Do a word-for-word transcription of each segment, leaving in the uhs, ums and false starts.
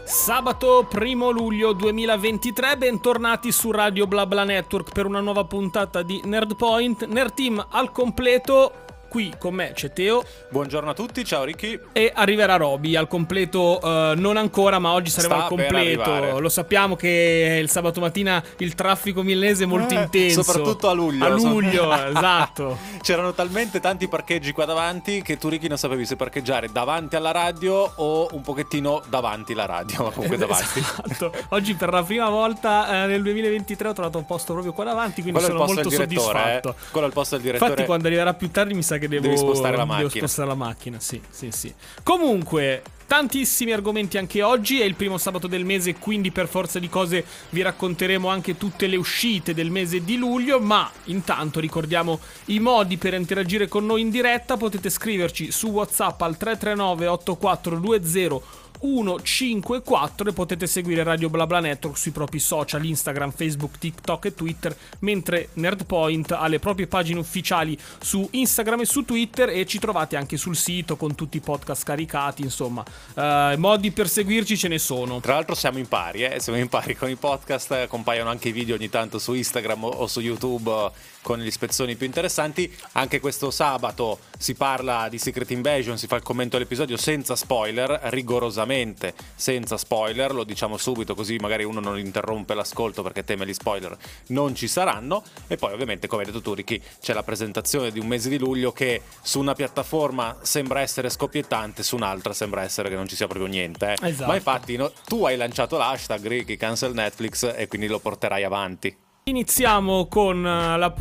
Sabato primo luglio duemilaventitré, bentornati su Radio BlaBla Network per una nuova puntata di Nerdpoint. Nerd Team al completo. Qui con me c'è Teo. Buongiorno a tutti, ciao Ricky. E arriverà Roby al completo, uh, non ancora, ma oggi saremo Sta al completo. Lo sappiamo che il sabato mattina il traffico milanese è molto eh, intenso. Soprattutto a luglio. A luglio, esatto. C'erano talmente tanti parcheggi qua davanti che tu, Ricky, non sapevi se parcheggiare davanti alla radio o un pochettino davanti la radio, ma comunque davanti. Esatto. Oggi per la prima volta eh, nel duemilaventitré ho trovato un posto proprio qua davanti, quindi quello sono molto soddisfatto. Eh? Quello è il posto del direttore. Infatti quando arriverà più tardi mi sa che devo, devi spostare la devo macchina. spostare la macchina, sì, sì, sì. Comunque, tantissimi argomenti anche oggi, è il primo sabato del mese, quindi per forza di cose vi racconteremo anche tutte le uscite del mese di luglio, ma intanto ricordiamo i modi per interagire con noi in diretta. Potete scriverci su WhatsApp al tre tre nove otto quattro due zero uno cinque quattro e potete seguire Radio BlaBla Network sui propri social Instagram, Facebook, TikTok e Twitter, mentre Nerdpoint ha le proprie pagine ufficiali su Instagram e su Twitter, e ci trovate anche sul sito con tutti i podcast caricati. Insomma, uh, modi per seguirci ce ne sono. Tra l'altro siamo in pari, eh? siamo in pari con i podcast, compaiono anche i video ogni tanto su Instagram o su YouTube con gli spezzoni più interessanti. Anche questo sabato si parla di Secret Invasion, si fa il commento all'episodio senza spoiler, rigorosamente senza spoiler, lo diciamo subito così magari uno non interrompe l'ascolto perché teme gli spoiler, non ci saranno. E poi ovviamente, come hai detto tu Ricky, c'è la presentazione di un mese di luglio che su una piattaforma sembra essere scoppiettante, su un'altra sembra essere che non ci sia proprio niente, eh. Esatto. Ma infatti no, tu hai lanciato l'hashtag Ricky cancel Netflix e quindi lo porterai avanti. Iniziamo con la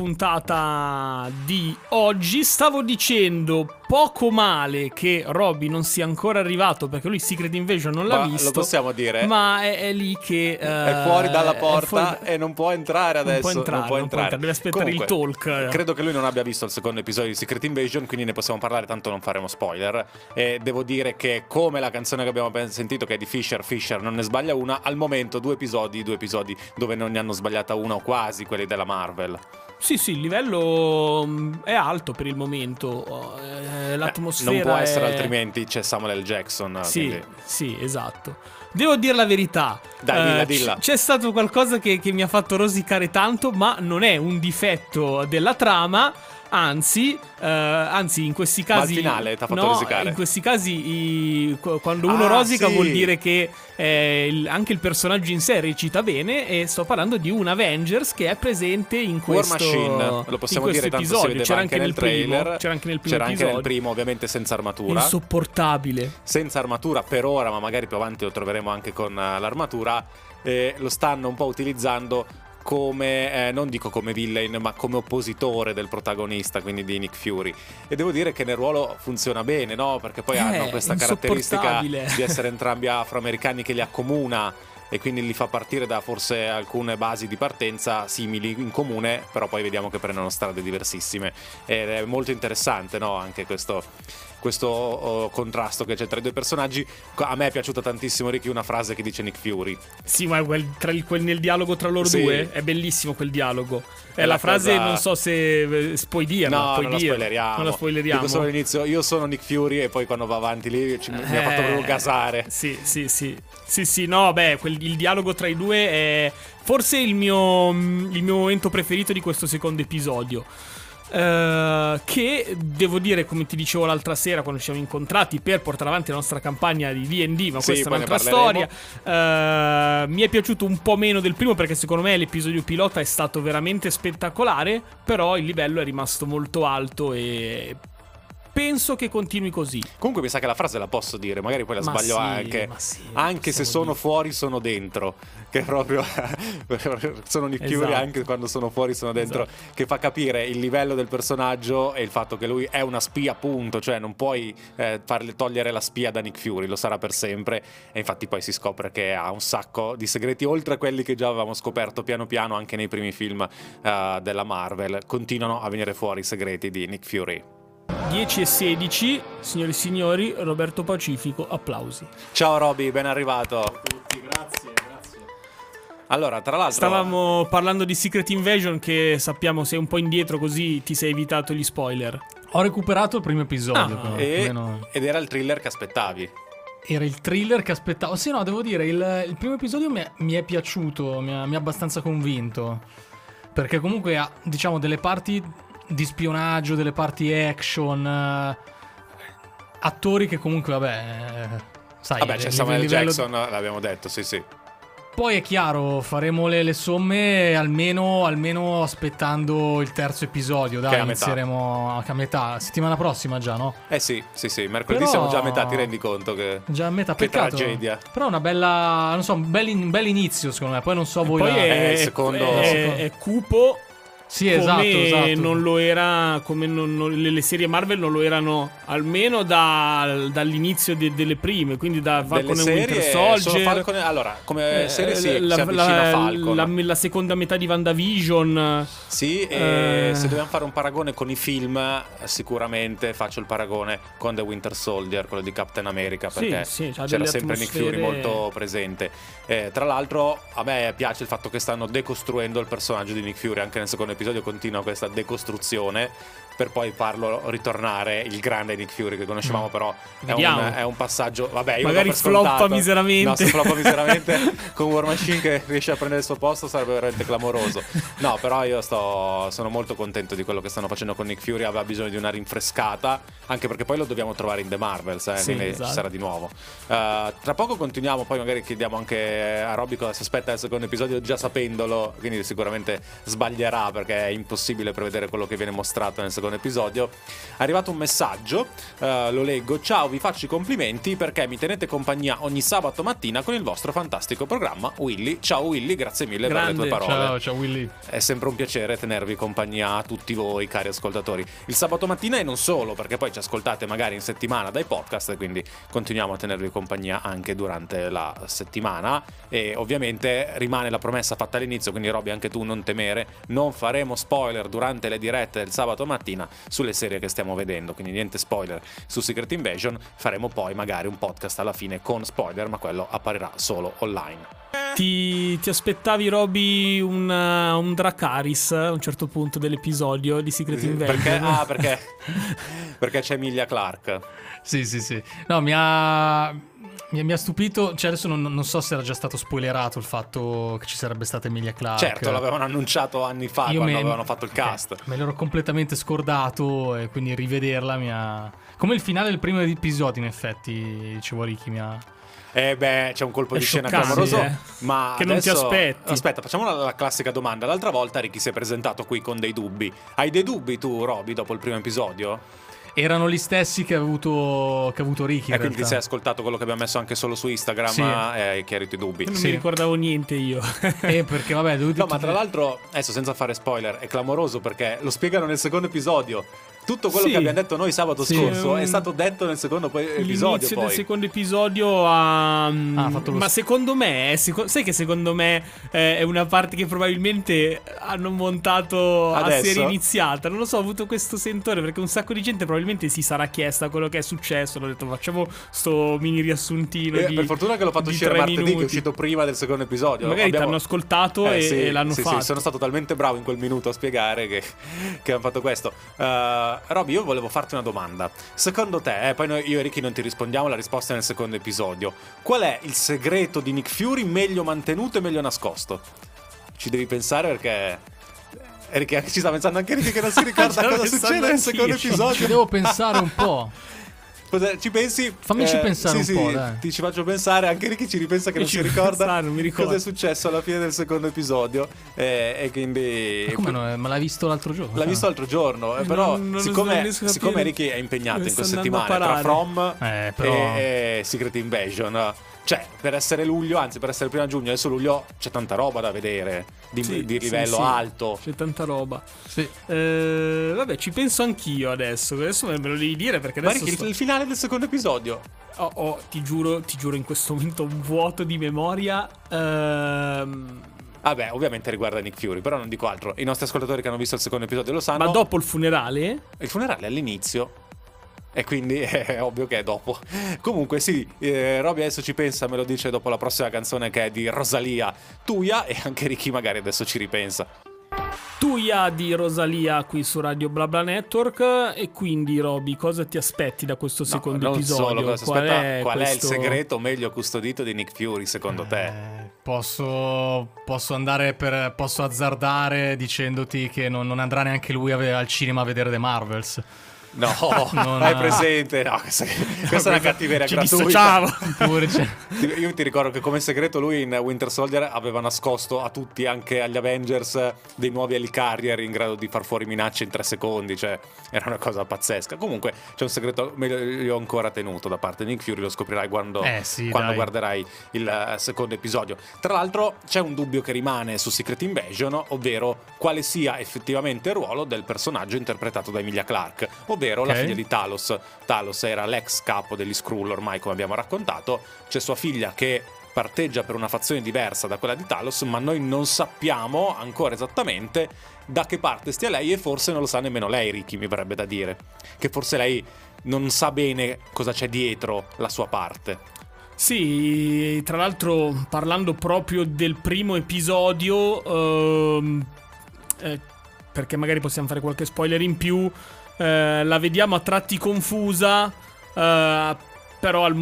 puntata di oggi. Stavo dicendo poco male che Roby non sia ancora arrivato perché lui Secret Invasion non l'ha ma visto. Lo possiamo dire? Ma è, è lì che uh, è fuori dalla porta fuori... e non può entrare adesso. Non può entrare, non può non entrare. Può entrare. Deve aspettare Comunque, il talk. Credo che lui non abbia visto il secondo episodio di Secret Invasion, quindi ne possiamo parlare, tanto non faremo spoiler. E devo dire che, come la canzone che abbiamo sentito, che è di Fisher, Fisher non ne sbaglia una, al momento due episodi, due episodi dove non ne hanno sbagliata una o quasi, quelli della Marvel. Sì, sì, il livello è alto per il momento. Eh, l'atmosfera eh, non può essere è... altrimenti c'è Samuel L. Jackson. Sì, quindi... sì, esatto. Devo dire la verità. Dai, dilla, eh, dilla. C- c'è stato qualcosa che, che mi ha fatto rosicare tanto, ma non è un difetto della trama. Anzi, uh, anzi, in questi casi. Ma al finale t'ha fatto no, rosicare. In questi casi, i, quando uno ah, rosica sì. vuol dire che eh, il, anche il personaggio in sé recita bene. E sto parlando di un Avengers che è presente in questo War Machine, lo possiamo in dire, tanto episodio. si vedeva C'era anche, anche nel primo, trailer. C'era anche nel primo C'era episodio. anche nel primo, ovviamente senza armatura. Insopportabile. Senza armatura per ora, ma magari più avanti lo troveremo anche con uh, l'armatura. Eh, lo stanno un po' utilizzando come, eh, non dico come villain, ma come oppositore del protagonista, quindi di Nick Fury. E devo dire che nel ruolo funziona bene, no? Perché poi eh, hanno questa caratteristica di essere entrambi afroamericani che li accomuna, e quindi li fa partire da forse alcune basi di partenza simili in comune, però poi vediamo che prendono strade diversissime. Ed è molto interessante, no? Anche questo questo oh, contrasto che c'è tra i due personaggi. A me è piaciuta tantissimo, Ricky, una frase che dice Nick Fury. Sì, ma quel, tra il, quel nel dialogo tra loro sì. due è bellissimo quel dialogo. È, è la, la frase cosa... non so se eh, puoi dirla. No, puoi non, la dirla. spoileriamo. non la spoileriamo. Dico solo all'inizio, io sono Nick Fury, e poi quando va avanti lì ci, eh, mi ha fatto proprio gasare. Sì, sì, sì. Sì, sì, no, beh, quel, il dialogo tra i due è forse il mio, il mio momento preferito di questo secondo episodio. Uh, che devo dire, come ti dicevo l'altra sera quando ci siamo incontrati per portare avanti la nostra campagna di D and D, ma sì, questa è un'altra storia. Uh, mi è piaciuto un po' meno del primo perché secondo me l'episodio pilota è stato veramente spettacolare, però il livello è rimasto molto alto e penso che continui così. Comunque mi sa che la frase la posso dire, magari poi la ma sbaglio sì, anche. sì, anche se sono dire. fuori sono dentro. Che proprio sono Nick Fury, esatto. Anche quando sono fuori sono dentro, esatto. Che fa capire il livello del personaggio e il fatto che lui è una spia, appunto. Cioè non puoi eh, farle togliere la spia da Nick Fury, lo sarà per sempre. E infatti poi si scopre che ha un sacco di segreti, oltre a quelli che già avevamo scoperto piano piano anche nei primi film uh, della Marvel. Continuano a venire fuori i segreti di Nick Fury. dieci e sedici, signori e signori, Roberto Pacifico, applausi. Ciao Roby, ben arrivato. Ciao a tutti, grazie, grazie. Allora, tra l'altro, stavamo parlando di Secret Invasion, che sappiamo sei un po' indietro, così ti sei evitato gli spoiler. Ho recuperato il primo episodio, ah, però, e, almeno... ed era il thriller che aspettavi. era il thriller che aspettavo. Sì, no, devo dire, il, il primo episodio mi è, mi è piaciuto, mi ha, mi ha abbastanza convinto. Perché comunque ha, diciamo, delle parti di spionaggio, delle parti action, eh, attori che comunque, vabbè, eh, sai... Vabbè, c'è Samuel Jackson, l'abbiamo detto, sì sì. Poi è chiaro, faremo le, le somme almeno, almeno aspettando il terzo episodio. Dai, inizieremo a, a metà. Settimana prossima già, no? Eh sì, sì, sì. Mercoledì Però... siamo già a metà, ti rendi conto che... Già a metà, che peccato. tragedia. Però una bella, non so, un bel, in, un bel inizio secondo me. Poi non so voi... Poi la... è, eh, secondo... è, è cupo. Sì, come esatto, esatto. non lo era, come non, non, le, le serie Marvel non lo erano almeno da, dall'inizio de, delle prime, quindi da Falcon e Winter Soldier. Falcon, allora, come eh, serie sì, la, si avvicina la, a Falcon. La, la seconda metà di WandaVision. Sì, e eh. se dobbiamo fare un paragone con i film, sicuramente faccio il paragone con The Winter Soldier, quello di Captain America, perché sì, sì, c'era sempre atmosfere... Nick Fury molto presente. Eh, tra l'altro, a me piace il fatto che stanno decostruendo il personaggio di Nick Fury. Anche nel secondo episodio continua questa decostruzione, per poi farlo ritornare il grande Nick Fury che conoscevamo, però è un, è un passaggio, vabbè, io magari floppa miseramente. No, se floppa miseramente con War Machine che riesce a prendere il suo posto sarebbe veramente clamoroso. No, però io sto sono molto contento di quello che stanno facendo con Nick Fury. Aveva bisogno di una rinfrescata, anche perché poi lo dobbiamo trovare in The Marvels, eh, sì, quindi esatto. ci sarà di nuovo. Uh, tra poco continuiamo, poi magari chiediamo anche a Robby cosa si aspetta del secondo episodio, già sapendolo, quindi sicuramente sbaglierà perché è impossibile prevedere quello che viene mostrato nel secondo episodio. È arrivato un messaggio, uh, lo leggo. Ciao, vi faccio i complimenti perché mi tenete compagnia ogni sabato mattina con il vostro fantastico programma Willy. Ciao Willy, grazie mille Grande. per le tue parole. Ciao, ciao Willy. È sempre un piacere tenervi compagnia a tutti voi, cari ascoltatori. Il sabato mattina e non solo, perché poi ci ascoltate magari in settimana dai podcast, e quindi continuiamo a tenervi compagnia anche durante la settimana. E ovviamente rimane la promessa fatta all'inizio, quindi Robby, anche tu non temere, non faremo spoiler durante le dirette del sabato mattina sulle serie che stiamo vedendo, quindi niente spoiler su Secret Invasion. Faremo poi magari un podcast alla fine con spoiler, ma quello apparirà solo online. Ti, ti aspettavi, Robby, un, uh, un Dracarys a un certo punto dell'episodio di Secret Invasion? Perché? Ah, perché? Perché c'è Emilia Clarke. Sì, sì, sì. No, mi ha... Mi, mi ha stupito, cioè adesso non, non so se era già stato spoilerato il fatto che ci sarebbe stata Emilia Clarke. Certo, l'avevano annunciato anni fa. Io quando me, avevano fatto il cast. Okay, me l'ero completamente scordato e quindi rivederla mi ha... Come il finale del primo episodio, in effetti, dicevo Ricky, mi ha... Eh beh, c'è un colpo è di scena scioccante, clamoroso, eh? ma che adesso... non ti aspetti. Aspetta, facciamo la, la classica domanda. L'altra volta Ricky si è presentato qui con dei dubbi. Hai dei dubbi tu, Robby, dopo il primo episodio? Erano gli stessi che ha avuto, che ha avuto Ricky. E quindi ti sei ascoltato quello che abbiamo messo anche solo su Instagram, sì, e hai chiarito i dubbi. Non sì. mi ricordavo niente io. Eh, perché vabbè, no, ma tra l'altro, adesso senza fare spoiler, è clamoroso perché lo spiegano nel secondo episodio. Tutto quello sì. che abbiamo detto noi sabato sì, scorso um, è stato detto nel secondo poi, episodio. L'inizio poi. del secondo episodio ha... Ah, fatto lo ma secondo me, seco- sai che secondo me eh, è una parte che probabilmente hanno montato Adesso? a serie iniziata. Non lo so, ho avuto questo sentore perché un sacco di gente probabilmente si sarà chiesta quello che è successo. Hanno detto facciamo sto mini riassuntino. Eh, di, per fortuna che l'ho fatto uscire martedì, minuti. che è uscito prima del secondo episodio. Magari Abbiamo... ti hanno ascoltato eh, e, sì, e l'hanno sì, fatto. Sì, sono stato talmente bravo in quel minuto a spiegare che, che hanno fatto questo. Uh, Robby, io volevo farti una domanda. Secondo te, eh, poi noi, io e Ricky non ti rispondiamo, la risposta è nel secondo episodio. Qual è il segreto di Nick Fury meglio mantenuto e meglio nascosto? Ci devi pensare perché... Ricky, ci sta pensando anche Ricky che non si ricorda cosa succede nel secondo episodio. Ci devo pensare un po'. Ci pensi? Fammici eh, pensare sì, un sì, po', dai. Ti ci faccio pensare, anche Ricky ci ripensa che Io non ci si ricorda pensare, non mi ricordo. cosa è successo alla fine del secondo episodio, eh, e quindi... Ma come no? Ma l'hai visto l'altro giorno? L'ha visto l'altro giorno, eh, però non, non siccome, siccome Ricky è impegnato in queste settimane tra From eh, però... e, e Secret Invasion, cioè per essere luglio, anzi per essere il primo giugno, adesso luglio c'è tanta roba da vedere di, sì, di livello sì, sì. alto. C'è tanta roba. Sì. Eh, vabbè, ci penso anch'io adesso. Adesso me lo devi dire perché adesso. Ma Ricky, sto... il finale del secondo episodio. Oh, oh, ti giuro, ti giuro in questo momento un vuoto di memoria. Ehm... Vabbè, ovviamente riguarda Nick Fury, però non dico altro. I nostri ascoltatori che hanno visto il secondo episodio lo sanno. Ma dopo il funerale? Il funerale è all'inizio. E quindi è ovvio che è dopo. Comunque sì, eh, Robby adesso ci pensa, me lo dice dopo la prossima canzone che è di Rosalia, Tuya, e anche Ricky magari adesso ci ripensa. Tuya Alleluia di Rosalia qui su Radio BlaBla Network. E quindi, Roby, cosa ti aspetti da questo secondo no, non episodio? Solo, cosa qual aspetta, è, qual questo... è il segreto meglio custodito di Nick Fury, secondo te? Eh, posso, posso andare per. Posso azzardare dicendoti che non, non andrà neanche lui a ve- al cinema a vedere The Marvels. No, non hai ha- presente? No, questa, questa è una cattiveria Ci gratuita. dissociavo. Pure c'è- Io ti ricordo che come segreto lui in Winter Soldier aveva nascosto a tutti, anche agli Avengers, dei nuovi helicarrier in grado di far fuori minacce in tre secondi, cioè era una cosa pazzesca. Comunque c'è un segreto meglio ancora tenuto da parte di Nick Fury, lo scoprirai quando, Eh sì, quando dai. guarderai il eh, secondo episodio. Tra l'altro c'è un dubbio che rimane su Secret Invasion, ovvero quale sia effettivamente il ruolo del personaggio interpretato da Emilia Clarke, ovvero la Ok. figlia di Talos. Talos era l'ex capo degli Skrull, ormai, come abbiamo raccontato. C'è sua figlia che parteggia per una fazione diversa da quella di Talos, ma noi non sappiamo ancora esattamente da che parte stia lei, e forse non lo sa nemmeno lei, Ricky, mi verrebbe da dire. Che forse lei non sa bene cosa c'è dietro la sua parte. Sì, tra l'altro parlando proprio del primo episodio, ehm, eh, perché magari possiamo fare qualche spoiler in più, eh, la vediamo a tratti confusa, eh, però al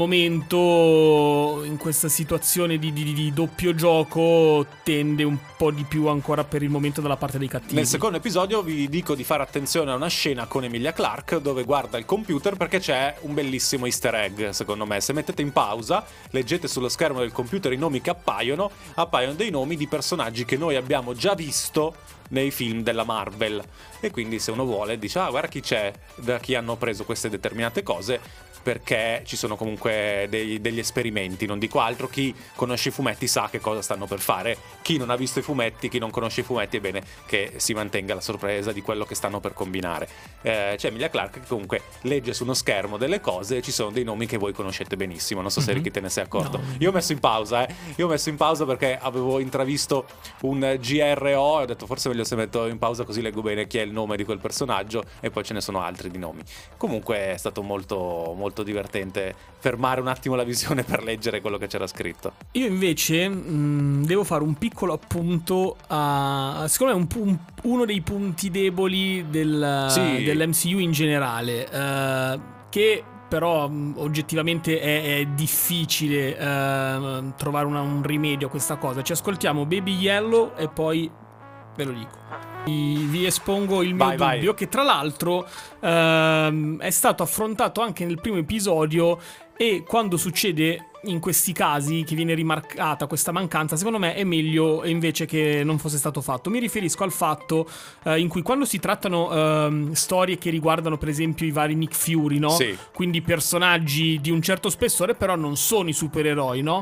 momento in questa situazione di, di- di doppio gioco tende un po' di più ancora per il momento dalla parte dei cattivi. Nel secondo episodio vi dico di fare attenzione a una scena con Emilia Clarke dove guarda il computer, perché c'è un bellissimo easter egg, secondo me. Se mettete in pausa, leggete sullo schermo del computer i nomi che appaiono, appaiono dei nomi di personaggi che noi abbiamo già visto nei film della Marvel, e quindi se uno vuole dice ah guarda chi c'è, da chi hanno preso queste determinate cose, perché ci sono comunque dei- degli esperimenti. Non dico altro, chi conosce i fumetti sa che cosa stanno per fare, chi non ha visto i fumetti, chi non conosce i fumetti è bene che si mantenga la sorpresa di quello che stanno per combinare. Eh, c'è Emilia Clarke che comunque legge su uno schermo delle cose e ci sono dei nomi che voi conoscete benissimo, non so se Mhm. Ricky te ne sei accorto. No. Io ho messo in pausa, eh. Io ho messo in pausa perché avevo intravisto un G R O e ho detto forse meglio se metto in pausa così leggo bene chi è il nome di quel personaggio, e poi ce ne sono altri di nomi. Comunque è stato molto molto divertente fermare un attimo la visione per leggere quello che c'era scritto. Io invece mh, devo fare un piccolo appunto a, secondo me, un pu- un- uno dei punti deboli del, Sì. dell'M C U in generale, eh, che però mh, oggettivamente è, è difficile eh, trovare una- un rimedio a questa cosa. Ci ascoltiamo Baby Yellow e poi ve lo dico. Vi vi espongo il mio Vai, vai. dubbio, che tra l'altro ehm, è stato affrontato anche nel primo episodio, e quando succede in questi casi che viene rimarcata questa mancanza, secondo me è meglio invece che non fosse stato fatto. Mi riferisco al fatto eh, in cui quando si trattano ehm, storie che riguardano per esempio i vari Nick Fury, no? Sì. Quindi personaggi di un certo spessore, però non sono i supereroi, no?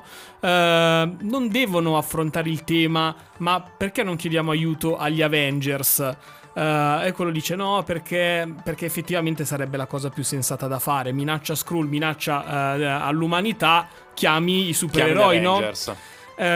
Eh, non devono affrontare il tema, ma perché non chiediamo aiuto agli Avengers? Eh, e quello dice no, perché, perché effettivamente sarebbe la cosa più sensata da fare. Minaccia Skrull, minaccia eh, all'umanità, chiami i supereroi, Chiami gli no? Avengers. Eh,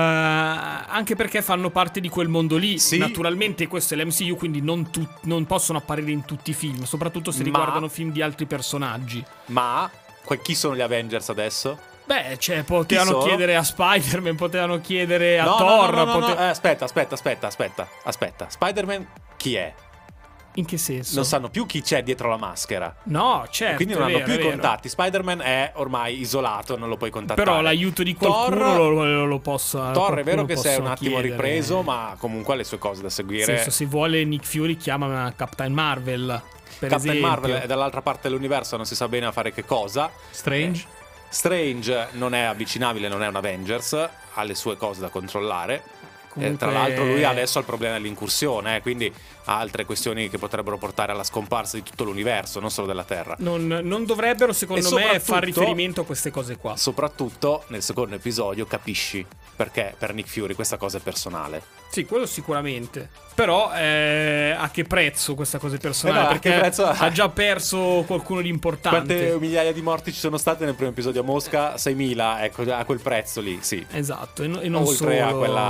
anche perché fanno parte di quel mondo lì. Sì. Naturalmente questo è l'M C U, quindi non, tu- non possono apparire in tutti i film, soprattutto se Ma- riguardano film di altri personaggi. Ma que- chi sono gli Avengers adesso? Beh, cioè, potevano sono? chiedere a Spider-Man, potevano chiedere a No, no, Thor. no, no, no, pote- no, eh, aspetta, aspetta, aspetta, aspetta, aspetta. Spider-Man chi è? In che senso? Non sanno più chi c'è dietro la maschera. No, certo. Quindi non è hanno vero, più è i vero. contatti. Spider-Man è ormai isolato, non lo puoi contattare. Però l'aiuto di qualcuno Thor, lo, lo, lo possa. Thor è vero qualcuno che si è un possono attimo chiedere. ripreso, ma comunque ha le sue cose da Nel seguire. senso, se vuole Nick Fury chiama Captain Marvel. Per Captain esempio. Marvel è dall'altra parte dell'universo, non si sa bene a fare che cosa. Strange? Strange non è avvicinabile, non è un Avengers, ha le sue cose da controllare. Comunque- Eh, tra l'altro lui adesso ha il problema dell'incursione, eh, quindi ha altre questioni che potrebbero portare alla scomparsa di tutto l'universo, non solo della Terra. Non, non dovrebbero, secondo E me, soprattutto- far riferimento a queste cose qua. Soprattutto nel secondo episodio capisci perché per Nick Fury questa cosa è personale. Sì, quello sicuramente. Però eh, a che prezzo questa cosa è personale? Eh no, a perché che prezzo- ha già perso qualcuno di importante. Quante migliaia di morti ci sono state nel primo episodio a Mosca? seimila, ecco, a quel prezzo lì, sì. Esatto, e, no- e non Oltre solo, a quella- quella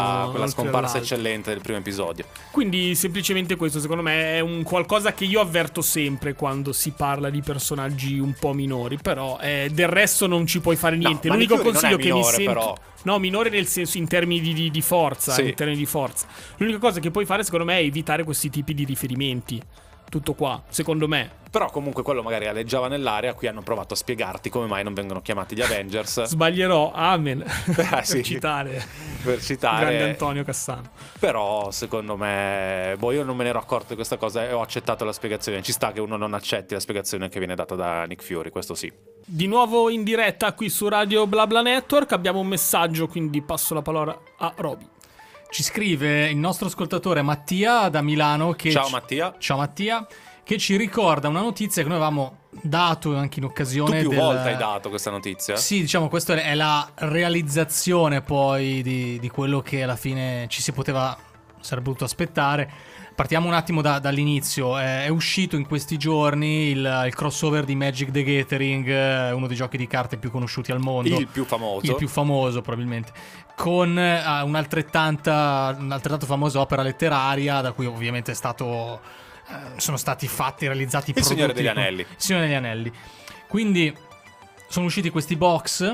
scomparsa eccellente del primo episodio. Quindi semplicemente questo secondo me è un qualcosa che io avverto sempre quando si parla di personaggi un po' minori, però eh, del resto non ci puoi fare niente. No, L'unico Nick Fury consiglio non è che minore, mi sento però. No, minore nel senso in termini di, di, di forza, sì. in termini di forza. L'unica cosa che puoi fare secondo me è evitare questi tipi di riferimenti. Tutto qua, secondo me. Però comunque quello magari aleggiava nell'aria. Qui hanno provato a spiegarti come mai non vengono chiamati gli Avengers. Sbaglierò, amen. Ah, sì. Per citare Per citare grande Antonio Cassano. Però secondo me, boh, io non me ne ero accorto di questa cosa e ho accettato la spiegazione. Ci sta che uno non accetti la spiegazione che viene data da Nick Fury, questo sì. Di nuovo in diretta qui su Radio BlaBla Network. Abbiamo un messaggio, quindi passo la parola a Roby. Ci scrive il nostro ascoltatore Mattia da Milano che Ciao ci... Mattia. Ciao Mattia, che ci ricorda una notizia che noi avevamo dato anche in occasione Tu più del... volte hai dato questa notizia? Sì, diciamo questa è la realizzazione poi di, di quello che alla fine ci si poteva sarebbe potuto aspettare. Partiamo un attimo da, dall'inizio. Eh, è uscito in questi giorni il, il crossover di Magic the Gathering, eh, uno dei giochi di carte più conosciuti al mondo. Il più famoso. Il più famoso, probabilmente. Con eh, un'altrettanta, un'altrettanto famosa opera letteraria, da cui ovviamente è stato, eh, sono stati fatti, realizzati i Il prodotti. Signore degli Anelli. Il Signore degli Anelli. Quindi sono usciti questi box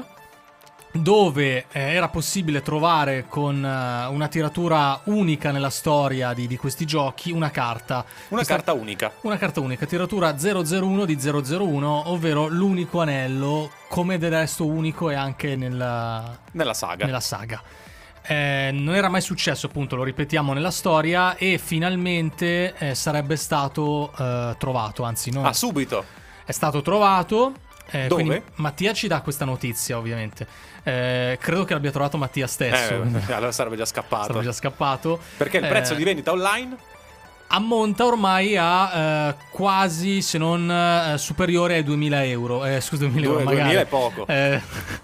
dove eh, era possibile trovare con uh, una tiratura unica nella storia di, di questi giochi una carta. Una Questa, carta unica. Una carta unica, tiratura zero zero uno di zero zero uno, ovvero l'unico anello, come del resto unico è anche nella, Nella saga. nella saga. Eh, non era mai successo, appunto, lo ripetiamo nella storia, e finalmente eh, sarebbe stato eh, trovato, anzi no, Ah, subito. è stato trovato. Eh, Dove? quindi Mattia ci dà questa notizia, ovviamente. Eh, credo che l'abbia trovato Mattia stesso. Eh, allora sarebbe già scappato. Sarebbe già scappato. Perché il Eh, prezzo di vendita online? ammonta ormai a eh, quasi, se non eh, superiore ai duemila euro. Eh, scusa, duemila euro, Due- magari. duemila è poco. Eh,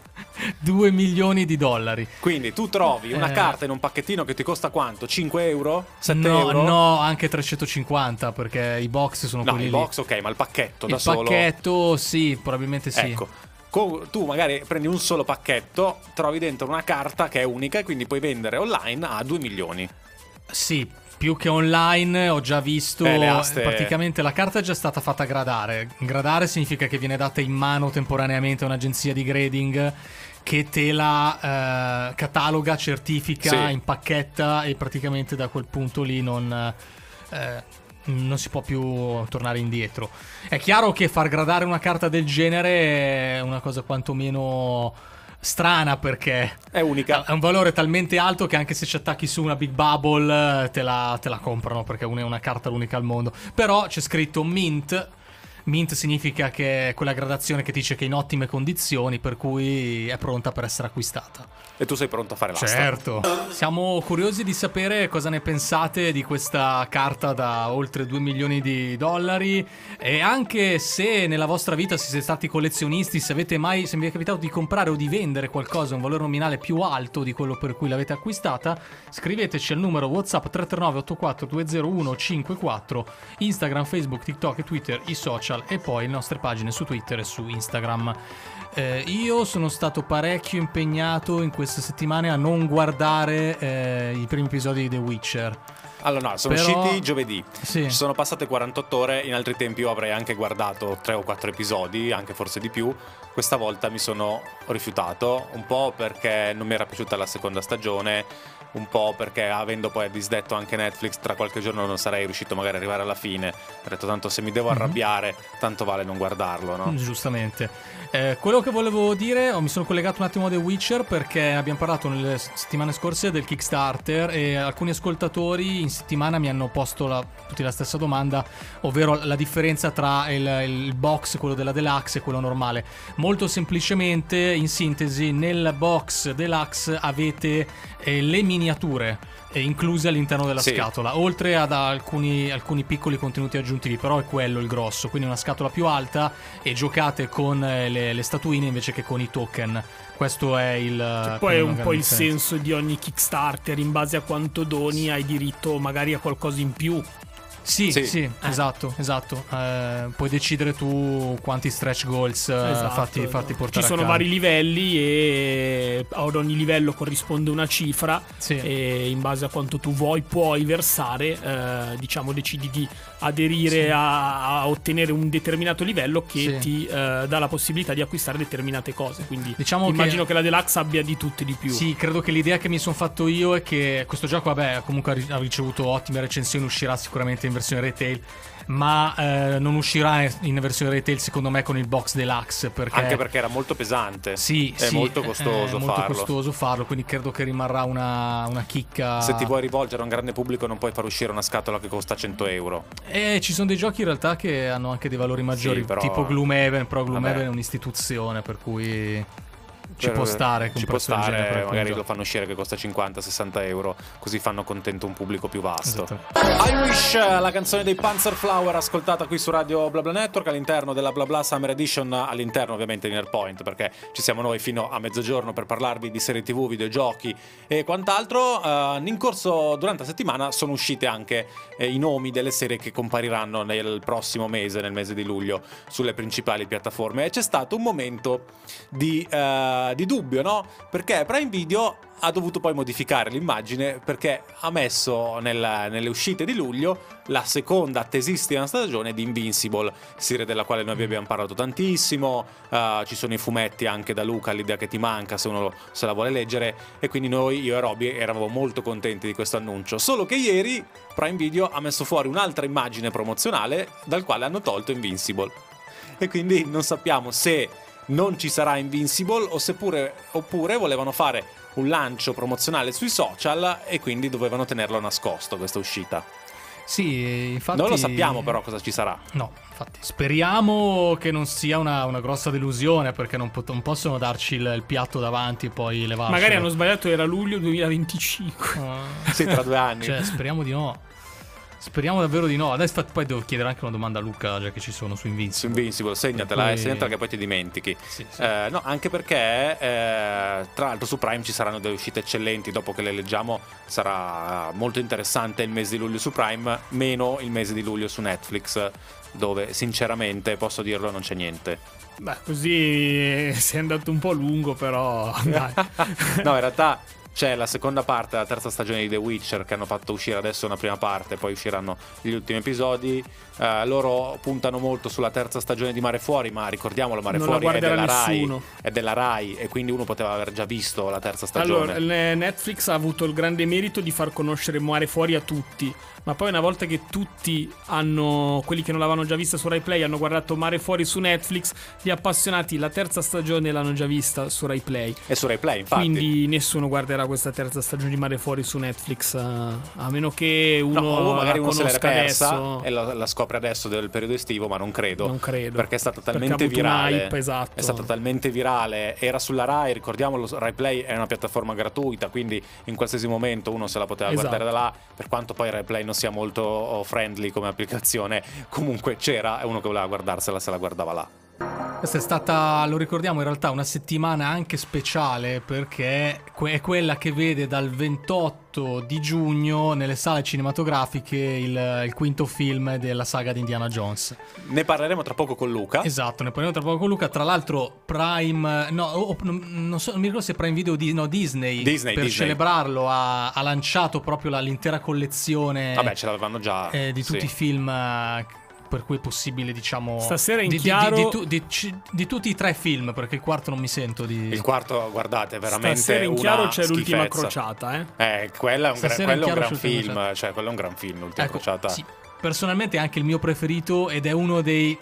due milioni di dollari. Quindi tu trovi una Eh. carta in un pacchettino che ti costa quanto? cinque euro? sette No, euro? no, anche trecentocinquanta, perché i box sono No, quelli il lì. box ok, ma il pacchetto da Il solo. pacchetto, sì, probabilmente sì. Ecco, co- tu magari prendi un solo pacchetto, trovi dentro una carta che è unica e quindi puoi vendere online a due milioni. Sì, più che online ho già visto, Eh, le aste- praticamente la carta è già stata fatta gradare. Gradare significa che viene data in mano temporaneamente a un'agenzia di grading che te la eh, cataloga, certifica, Sì. impacchetta, e praticamente da quel punto lì non, eh, non si può più tornare indietro. È chiaro che far gradare una carta del genere è una cosa quantomeno strana, perché È unica. ha un valore talmente alto che anche se ci attacchi su una Big Bubble eh, te la, te la comprano, perché una è una carta l'unica al mondo. Però c'è scritto Mint. Mint significa che è quella gradazione che dice che è in ottime condizioni, per cui è pronta per essere acquistata. E tu sei pronto a fare l'asta. Certo. Siamo curiosi di sapere cosa ne pensate di questa carta da oltre due milioni di dollari, e anche se nella vostra vita, se siete stati collezionisti, se avete mai, se vi è capitato di comprare o di vendere qualcosa a un valore nominale più alto di quello per cui l'avete acquistata, scriveteci al numero WhatsApp tre tre nove otto quattro due zero uno cinque quattro, Instagram, Facebook, TikTok e Twitter, i social, e poi le nostre pagine su Twitter e su Instagram. Eh, io sono stato parecchio impegnato in queste settimane a non guardare eh, i primi episodi di The Witcher. Allora no, sono Però- usciti giovedì. Sì. Ci sono passate quarantotto ore. In altri tempi io avrei anche guardato tre o quattro episodi, anche forse di più. Questa volta mi sono rifiutato, un po' perché non mi era piaciuta la seconda stagione, un po' perché avendo poi disdetto anche Netflix, tra qualche giorno non sarei riuscito magari ad arrivare alla fine. Ho detto tanto se mi devo arrabbiare, tanto vale non guardarlo, no? Giustamente. Eh, quello che volevo dire, oh, mi sono collegato un attimo a The Witcher perché abbiamo parlato nelle settimane scorse del Kickstarter, e alcuni ascoltatori in settimana mi hanno posto la, tutti la stessa domanda, ovvero la differenza tra il, il box, quello della Deluxe, e quello normale. Molto semplicemente, in sintesi, nel box Deluxe avete eh, le miniature eh, incluse all'interno della Sì. scatola, oltre ad alcuni, alcuni piccoli contenuti aggiuntivi, però è quello il grosso, quindi una scatola più alta, e giocate con eh, le, le statuine invece che con i token. Questo è il Poi è quello un che po' mi il sento. senso di ogni Kickstarter, in base a quanto doni hai diritto magari a qualcosa in più. Sì, sì, Sì. sì, esatto, esatto. Eh, puoi decidere tu quanti stretch goals eh, Esatto, farti, esatto. farti portare Ci a sono casa. vari livelli e ad ogni livello corrisponde una cifra, Sì. e in base a quanto tu vuoi puoi versare, eh, diciamo decidi di aderire Sì. a, a ottenere un determinato livello che Sì. ti eh, dà la possibilità di acquistare determinate cose, quindi Diciamo immagino che- che la Deluxe abbia di tutto e di più. Sì, credo che l'idea che mi sono fatto io è che questo gioco, vabbè, comunque ha ri- ha ricevuto ottime recensioni, uscirà sicuramente in versione retail, ma eh, non uscirà in versione retail secondo me con il box deluxe, perché Anche perché era molto pesante. sì, è sì, molto costoso è molto farlo. costoso farlo, quindi credo che rimarrà una, una chicca. Se ti vuoi rivolgere a un grande pubblico non puoi far uscire una scatola che costa cento euro. E ci sono dei giochi in realtà che hanno anche dei valori maggiori, Sì, però- tipo Gloomhaven, però Gloomhaven Vabbè. è un'istituzione, per cui ci Per- può stare con ci un può prezzo del stare, genere per alcuni magari lo giochi. fanno uscire che costa cinquanta sessanta euro, così fanno contento un pubblico più vasto. Esatto. I Wish, la canzone dei Panzerflower ascoltata qui su Radio BlaBla Network all'interno della BlaBla Summer Edition, all'interno ovviamente di Nerdpoint, perché ci siamo noi fino a mezzogiorno per parlarvi di serie tv, videogiochi e quant'altro. Uh, in corso durante la settimana sono uscite anche eh, i nomi delle serie che compariranno nel prossimo mese, nel mese di luglio, sulle principali piattaforme, e c'è stato un momento di, uh, di dubbio, no? Perché Prime Video ha dovuto poi modificare l'immagine, perché ha messo nel- nelle uscite di luglio la seconda attesissima stagione di Invincible, serie della quale noi vi abbiamo parlato tantissimo. Uh, ci sono i fumetti anche da Luca, l'idea che ti manca se uno lo- se la vuole leggere, e quindi noi, io e Robby, eravamo molto contenti di questo annuncio. Solo che ieri Prime Video ha messo fuori un'altra immagine promozionale dal quale hanno tolto Invincible, e quindi non sappiamo se non ci sarà Invincible o seppure, oppure volevano fare un lancio promozionale sui social e quindi dovevano tenerlo nascosto questa uscita. Sì, infatti. Non lo sappiamo però cosa ci sarà. No, infatti speriamo che non sia una, una grossa delusione, perché non, pot- non possono darci il, il piatto davanti e poi levarlo. Magari hanno sbagliato, era luglio duemilaventicinque. Sì, tra due anni. Cioè, speriamo di no. Speriamo davvero di no. Adesso infatti, poi devo chiedere anche una domanda a Luca, già che ci sono su Su Invincible. Invincible, segnatela, Poi- eh, segnatela che poi ti dimentichi. Sì, sì. Eh, no, anche perché eh, tra l'altro su Prime ci saranno delle uscite eccellenti. Dopo che le leggiamo sarà molto interessante il mese di luglio su Prime, meno il mese di luglio su Netflix, dove sinceramente, posso dirlo, non c'è niente. Beh, così sei andato un po' lungo, però dai. No, in realtà c'è la seconda parte della terza stagione di The Witcher, che hanno fatto uscire adesso una prima parte, poi usciranno gli ultimi episodi. Eh, loro puntano molto sulla terza stagione di Mare Fuori, ma ricordiamolo, Mare Non la Fuori è guarderà della Rai, nessuno. è della Rai, e quindi uno poteva aver già visto la terza stagione. Allora, le- Netflix ha avuto il grande merito di far conoscere Mare Fuori a tutti, ma poi una volta che tutti hanno, quelli che non l'avevano già vista su Rai Play, hanno guardato Mare Fuori su Netflix, gli appassionati la terza stagione l'hanno già vista su Rai Play. E su Rai Play, infatti. Quindi nessuno guarderà questa terza stagione di Mare Fuori su Netflix, eh, a meno che uno, No, o magari la uno se l'era conosca persa adesso. e la, la scopre adesso del periodo estivo, ma non credo. Non credo. Perché è stata Perché talmente ha avuto un virale. hype, esatto. È stata talmente virale. Era sulla Rai, ricordiamolo, Rai Play è una piattaforma gratuita, quindi in qualsiasi momento uno se la poteva Esatto. guardare da là. Per quanto poi Rai Play non sia molto friendly come applicazione, comunque c'era, e uno che voleva guardarsela se la guardava là. Questa è stata, lo ricordiamo, in realtà una settimana anche speciale, perché que- è quella che vede dal ventotto di giugno nelle sale cinematografiche il, il quinto film della saga di Indiana Jones. Ne parleremo tra poco con Luca. Esatto, ne parliamo tra poco con Luca. Tra l'altro Prime, no, o- non, non so, non mi ricordo se Prime Video di, no, Disney, Disney, per Disney. celebrarlo ha, ha lanciato proprio la- l'intera collezione Vabbè, ce l'avevano già. eh, di tutti sì. i film eh, per cui è possibile, diciamo, Stasera in di, di- chiaro- di, di tu- di ci- di tutti i tre film, perché il quarto non mi sento di Il quarto, guardate, è veramente Stasera in una chiaro c'è l'ultima schifezza. crociata, eh. Eh, quella è un, gra- Stasera quello è in un chiaro gran c'è l'ultima film, crociata. cioè quello è un gran film, l'ultima Ecco, crociata. sì, personalmente è anche il mio preferito, ed è uno dei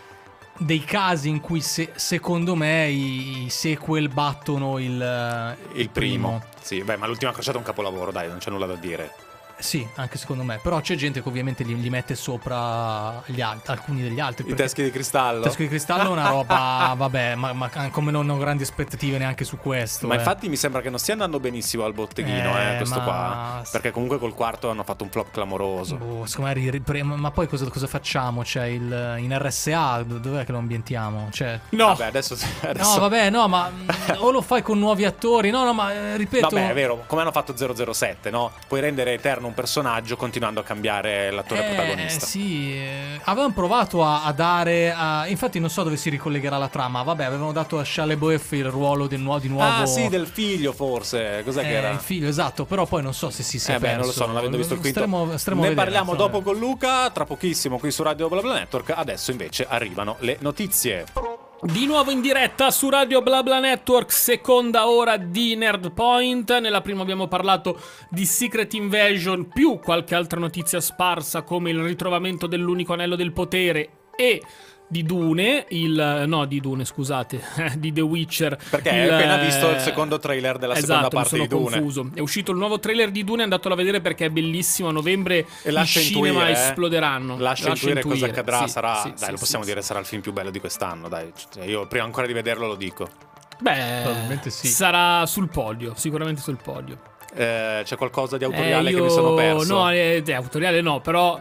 dei casi in cui se- secondo me i, i sequel battono il, Il primo. Sì, beh, ma l'ultima crociata è un capolavoro, dai, non c'è nulla da dire. Sì, anche secondo me. Però c'è gente che ovviamente li, li mette sopra gli altri, alcuni degli altri. I perché teschi di cristallo. Tesco di cristallo è una roba, vabbè, ma, ma come non ho grandi aspettative neanche su questo. Ma eh. infatti mi sembra che non stia andando benissimo al botteghino, eh, Eh, questo ma- qua. Perché comunque col quarto hanno fatto un flop clamoroso. Boh, secondo me ri- ripre- ma poi cosa, cosa facciamo? Cioè, il, in R S A do- dov'è che lo ambientiamo? Cioè, No, Vabbè, adesso, adesso... no, vabbè, no, ma mm, o lo fai con nuovi attori. No, no, ma eh, ripeto. Vabbè, è vero, come hanno fatto zero zero sette, no? Puoi rendere eterno intorno a un personaggio continuando a cambiare l'attore eh, protagonista. Sì, eh, avevano provato a, a dare a, infatti non so dove si ricollegherà la trama. Vabbè, avevano dato a Shia LaBeouf il ruolo del nuovo, di nuovo. Ah sì, del figlio forse. Cos'è eh, che era? Il figlio, esatto. Però poi non so se si sia Eh beh, perso. non lo so, non avendo visto il quinto. Staremo, staremo ne a vedere, parliamo insomma. dopo con Luca, tra pochissimo qui su Radio BlaBla Network. Adesso invece arrivano le notizie. Di nuovo in diretta su Radio BlaBla Network, seconda ora di Nerdpoint. Nella prima abbiamo parlato di Secret Invasion più qualche altra notizia sparsa come il ritrovamento dell'unico anello del potere e di Dune, il no di Dune scusate, di The Witcher. Perché il, hai appena visto il secondo trailer della esatto, seconda parte mi di sono Dune. confuso. È uscito il nuovo trailer di Dune, andatelo a vedere perché è bellissimo. A novembre E i lascia cinema intuire, eh. esploderanno. Lascia, intuire cosa accadrà. Sì, sarà, sì, dai, sì, lo possiamo sì, dire, sì. sarà il film più bello di quest'anno. Dai, Cioè, io prima ancora di vederlo lo dico. Beh, Probabilmente sì. sarà sul podio, sicuramente sul podio. Eh, c'è qualcosa di autoriale Eh, io- che mi sono perso? No, eh, eh, autoriale no, però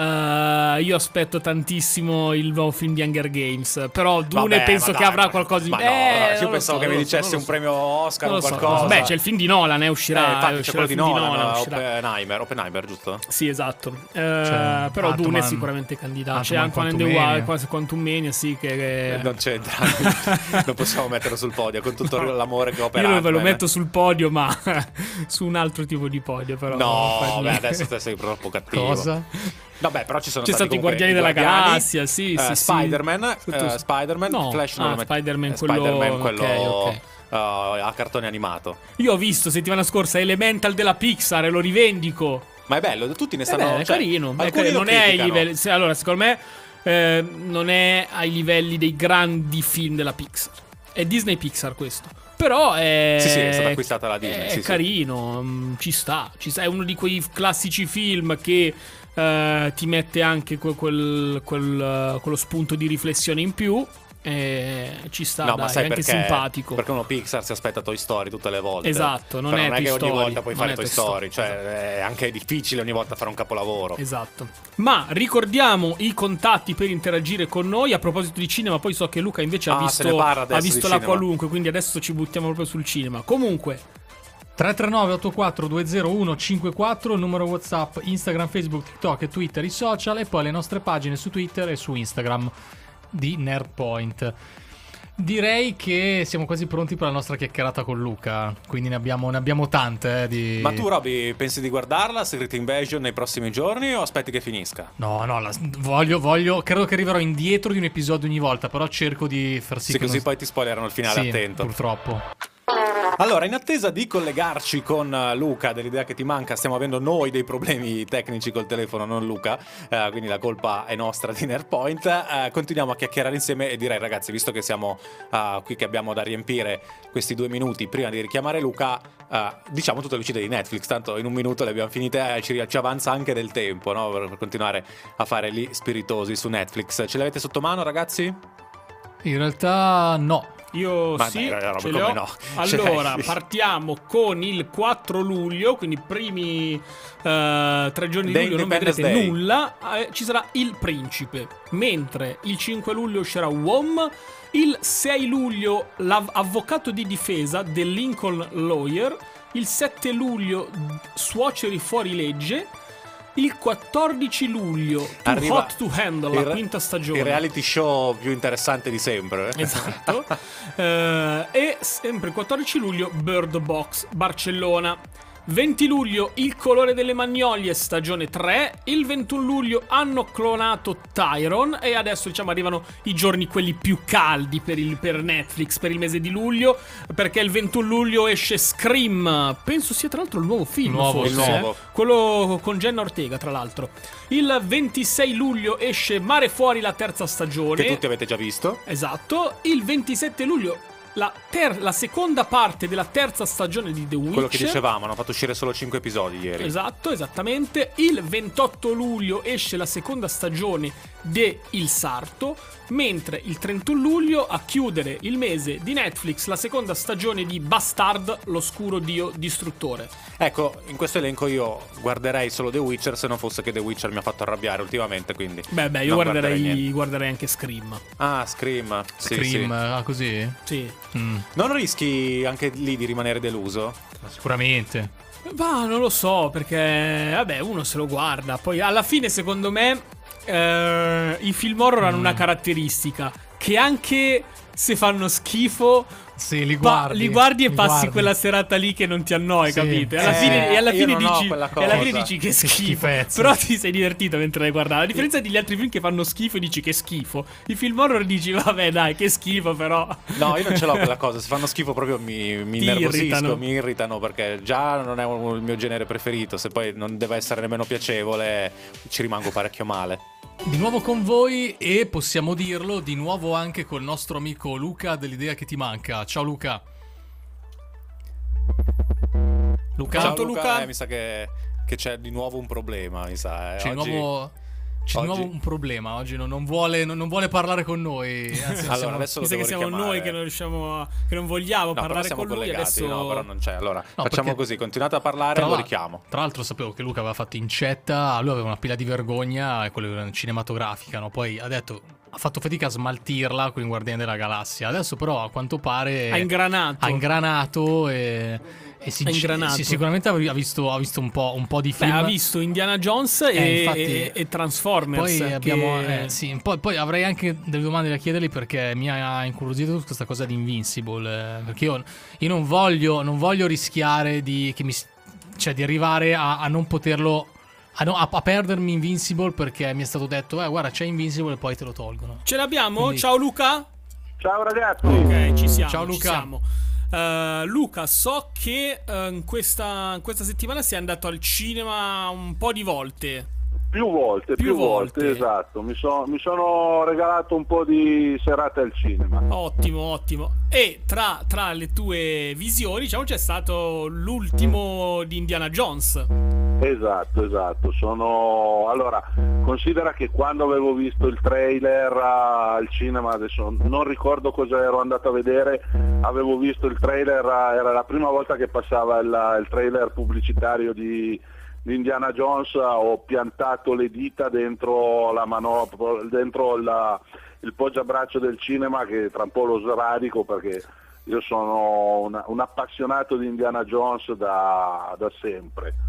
eh, io aspetto tantissimo il nuovo film di Hunger Games. Però Dune Vabbè, penso ma che dai, avrà ma- qualcosa di... ma no, Eh, allora, io non lo pensavo so, che mi non lo so, dicessi non un lo so. premio Oscar o Non lo so. qualcosa. Beh, c'è il film di Nolan, eh, uscirà. Eh, infatti c'è uscirà quello il di film Nolan, uscirà. Oppenheimer, Oppenheimer, giusto? Sì, esatto. Eh, C'è però Dune è Ant-Man. sicuramente candidato. C'è Ant-Man anche One and the Quantumania. Wild, Quantum Mania, sì, che... che- Non c'entra. Non possiamo metterlo sul podio con tutto No. l'amore che ho per Io non ve lo Ant-Man. metto sul podio, ma su un altro tipo di podio, però. non No, fa beh, niente. adesso te sei troppo cattivo. Cosa? Vabbè, però ci sono C'è stati stato i comunque Guardiani della Guardiani, Galassia, sì, eh, sì, sì. Spider-Man, Tutto- eh, Spider-Man, No. Flash non Ah, lo met- Spider-Man, eh, quello- Spider-Man, quello ok, ok. eh, a cartone animato. Io ho visto settimana scorsa Elemental della Pixar e lo rivendico. Ma è bello, tutti ne Eh stanno... beh, è cioè, carino. È alcuni carino. lo Non è ai criticano. livelli. se- allora, secondo me, eh, non è ai livelli dei grandi film della Pixar. È Disney Pixar questo. Però è. Sì, sì, è stata acquistata la Disney, È sì, sì. carino. mm, Ci sta. Ci sta. È uno di quei classici film che eh, ti mette anche que- quel, quel, eh, quello spunto di riflessione in più. E ci sta, No, dai, ma sai è anche perché? simpatico. Perché uno Pixar si aspetta Toy Story tutte le volte. Esatto, non Però è non è Toy che ogni Story, volta puoi non fare è Toy Toy Story, Story, cioè è anche difficile ogni volta fare un capolavoro. Esatto. Ma ricordiamo i contatti per interagire con noi. A proposito di cinema, poi so che Luca invece ha Ah, se ne visto, parla adesso ha visto di la cinema. qualunque, quindi adesso ci buttiamo proprio sul cinema. Comunque, tre tre nove otto quattro due zero uno cinque quattro, numero WhatsApp, Instagram, Facebook, TikTok e Twitter, i social, e poi le nostre pagine su Twitter e su Instagram di Nerdpoint. Direi che siamo quasi pronti per la nostra chiacchierata con Luca, quindi ne abbiamo, ne abbiamo tante eh, di... Ma tu, Roby, pensi di guardarla, Secret Invasion, nei prossimi giorni o aspetti che finisca? No, no, la- voglio, voglio, credo che arriverò indietro di un episodio ogni volta, però cerco di far sì Sì, che così non- poi ti spoilerano il finale, Sì, attento. purtroppo. Allora, in attesa di collegarci con eh, Luca dell'idea che ti manca, stiamo avendo noi dei problemi tecnici col telefono, non Luca, eh, quindi la colpa è nostra di Nerdpoint. Eh, continuiamo a chiacchierare insieme e direi, ragazzi, visto che siamo eh, qui che abbiamo da riempire questi due minuti prima di richiamare Luca, eh, diciamo tutte le uscite di Netflix, tanto in un minuto le abbiamo finite, eh, ci, ci avanza anche del tempo, no? per, per continuare a fare lì spiritosi su Netflix. Ce l'avete sotto mano, ragazzi? In realtà no. io Ma sì, dai, Roby, ce come le ho. no? Allora, Cioè- partiamo con il quattro luglio, quindi i primi eh, tre giorni di The luglio non Independence vedrete Day. nulla. Eh, ci sarà Il Principe, mentre il cinque luglio uscirà W O M. Il sei luglio l'avvocato di difesa del Lincoln Lawyer. Il sette luglio Suoceri fuori legge. Il quattordici luglio Too Arriva Hot to Handle, il la re- quinta stagione. Il reality show più interessante di sempre. eh. Esatto. Eh, e sempre il quattordici luglio Bird Box Barcellona. venti luglio Il colore delle magnolie stagione tre. Il ventuno luglio hanno clonato Tyron. E adesso diciamo arrivano i giorni quelli più caldi per, il, per Netflix per il mese di luglio, perché il ventuno luglio esce Scream. Penso sia tra l'altro il nuovo film, Nuovo, forse, il nuovo. eh? Quello con Jenna Ortega, tra l'altro. Il ventisei luglio esce Mare fuori la terza stagione. Che tutti avete già visto. Esatto. Il ventisette luglio la, ter- la seconda parte della terza stagione di The Witcher. Quello che dicevamo, hanno fatto uscire solo cinque episodi ieri. Esatto, esattamente. Il ventotto luglio esce la seconda stagione de Il Sarto, mentre il trentuno luglio a chiudere il mese di Netflix la seconda stagione di Bastard, l'oscuro dio distruttore. Ecco, in questo elenco io guarderei solo The Witcher, se non fosse che The Witcher mi ha fatto arrabbiare ultimamente, quindi Beh, beh, io non guarderei, niente. guarderei anche Scream. Ah, Scream. Sì, Scream, sì. ah, così? Sì. Mm. Non rischi anche lì di rimanere deluso? Sicuramente. Ma non lo so, perché vabbè, uno se lo guarda. Poi alla fine, secondo me, eh, i film horror hanno una caratteristica: che anche se fanno schifo, sì, li pa- guardi, li guardi e li passi guardi. quella serata lì che non ti annoi, Sì. capito? E alla Eh, fine, e alla io fine non ho dici, quella e alla fine cosa. dici che Che schifo. schifezza. Però ti sei divertito mentre l'hai guardato. A differenza degli altri film che fanno schifo e dici che schifo. I film horror dici, vabbè, dai, che schifo, però. No, io non ce l'ho quella cosa. Se fanno schifo proprio mi, mi Ti innervosisco, irritano. mi irritano, perché già non è un- il mio genere preferito. Se poi non deve essere nemmeno piacevole, ci rimango parecchio male. Di nuovo con voi e possiamo dirlo di nuovo anche col nostro amico Luca dell'idea che ti manca. Ciao Luca. Luca, Ciao Ciao, Luca, Luca. eh, mi sa che, che c'è di nuovo un problema, mi sa. eh. c'è, di Oggi- nuovo, c'è di oggi- nuovo un problema. Oggi non, non vuole, non, non vuole parlare con noi. Anzi, Allora, siamo- adesso lo Mi sa che devo siamo richiamare. noi che non riusciamo a, che non vogliamo No, però parlare siamo con lui collegati, adesso. no, però non c'è. Allora, No, facciamo perché- così, continuate a parlare Tra e lo l'al- richiamo. Tra l'altro sapevo che Luca aveva fatto incetta, lui aveva una pila di vergogna, e quella cinematografica, no? Poi ha detto, ha fatto fatica a smaltirla con i Guardiani della Galassia. Adesso però a quanto pare Ha ingranato. ha ingranato e, e si, Ha ingranato. sì, sicuramente ha visto, ha visto un, po', un po' di Beh, film. ha visto Indiana Jones e, Eh, infatti- e- e Transformers. Poi che- abbiamo eh, sì, poi, poi avrei anche delle domande da chiedergli, perché mi ha incuriosito questa cosa di Invincible, eh, perché io, io non voglio non voglio rischiare di che mi s- cioè di arrivare a, a non poterlo a, no- a- a perdermi Invincible, perché mi è stato detto eh guarda c'è Invincible e poi te lo tolgono. Ce l'abbiamo? Quindi- Ciao Luca. Ciao ragazzi. Ok, ci siamo. Ciao, ci Luca. siamo. Eh, Luca, so che eh, in, questa, in questa settimana sei andato al cinema un po' di volte. Più volte, Più più, volte. volte. esatto. Mi, so- mi sono regalato un po' di serate al cinema. Ottimo, ottimo. E tra, tra le tue visioni, diciamo, c'è stato l'ultimo di Indiana Jones. Esatto, esatto. Sono allora, considera che quando avevo visto il trailer ah, al cinema, adesso non ricordo cosa ero andato a vedere, avevo visto il trailer, ah, era la prima volta che passava il, il trailer pubblicitario di, di Indiana Jones, ah, ho piantato le dita dentro la manopla, dentro la- il poggiabraccio del cinema, che tra un po' lo sradico, perché io sono una- un appassionato di Indiana Jones da, da sempre.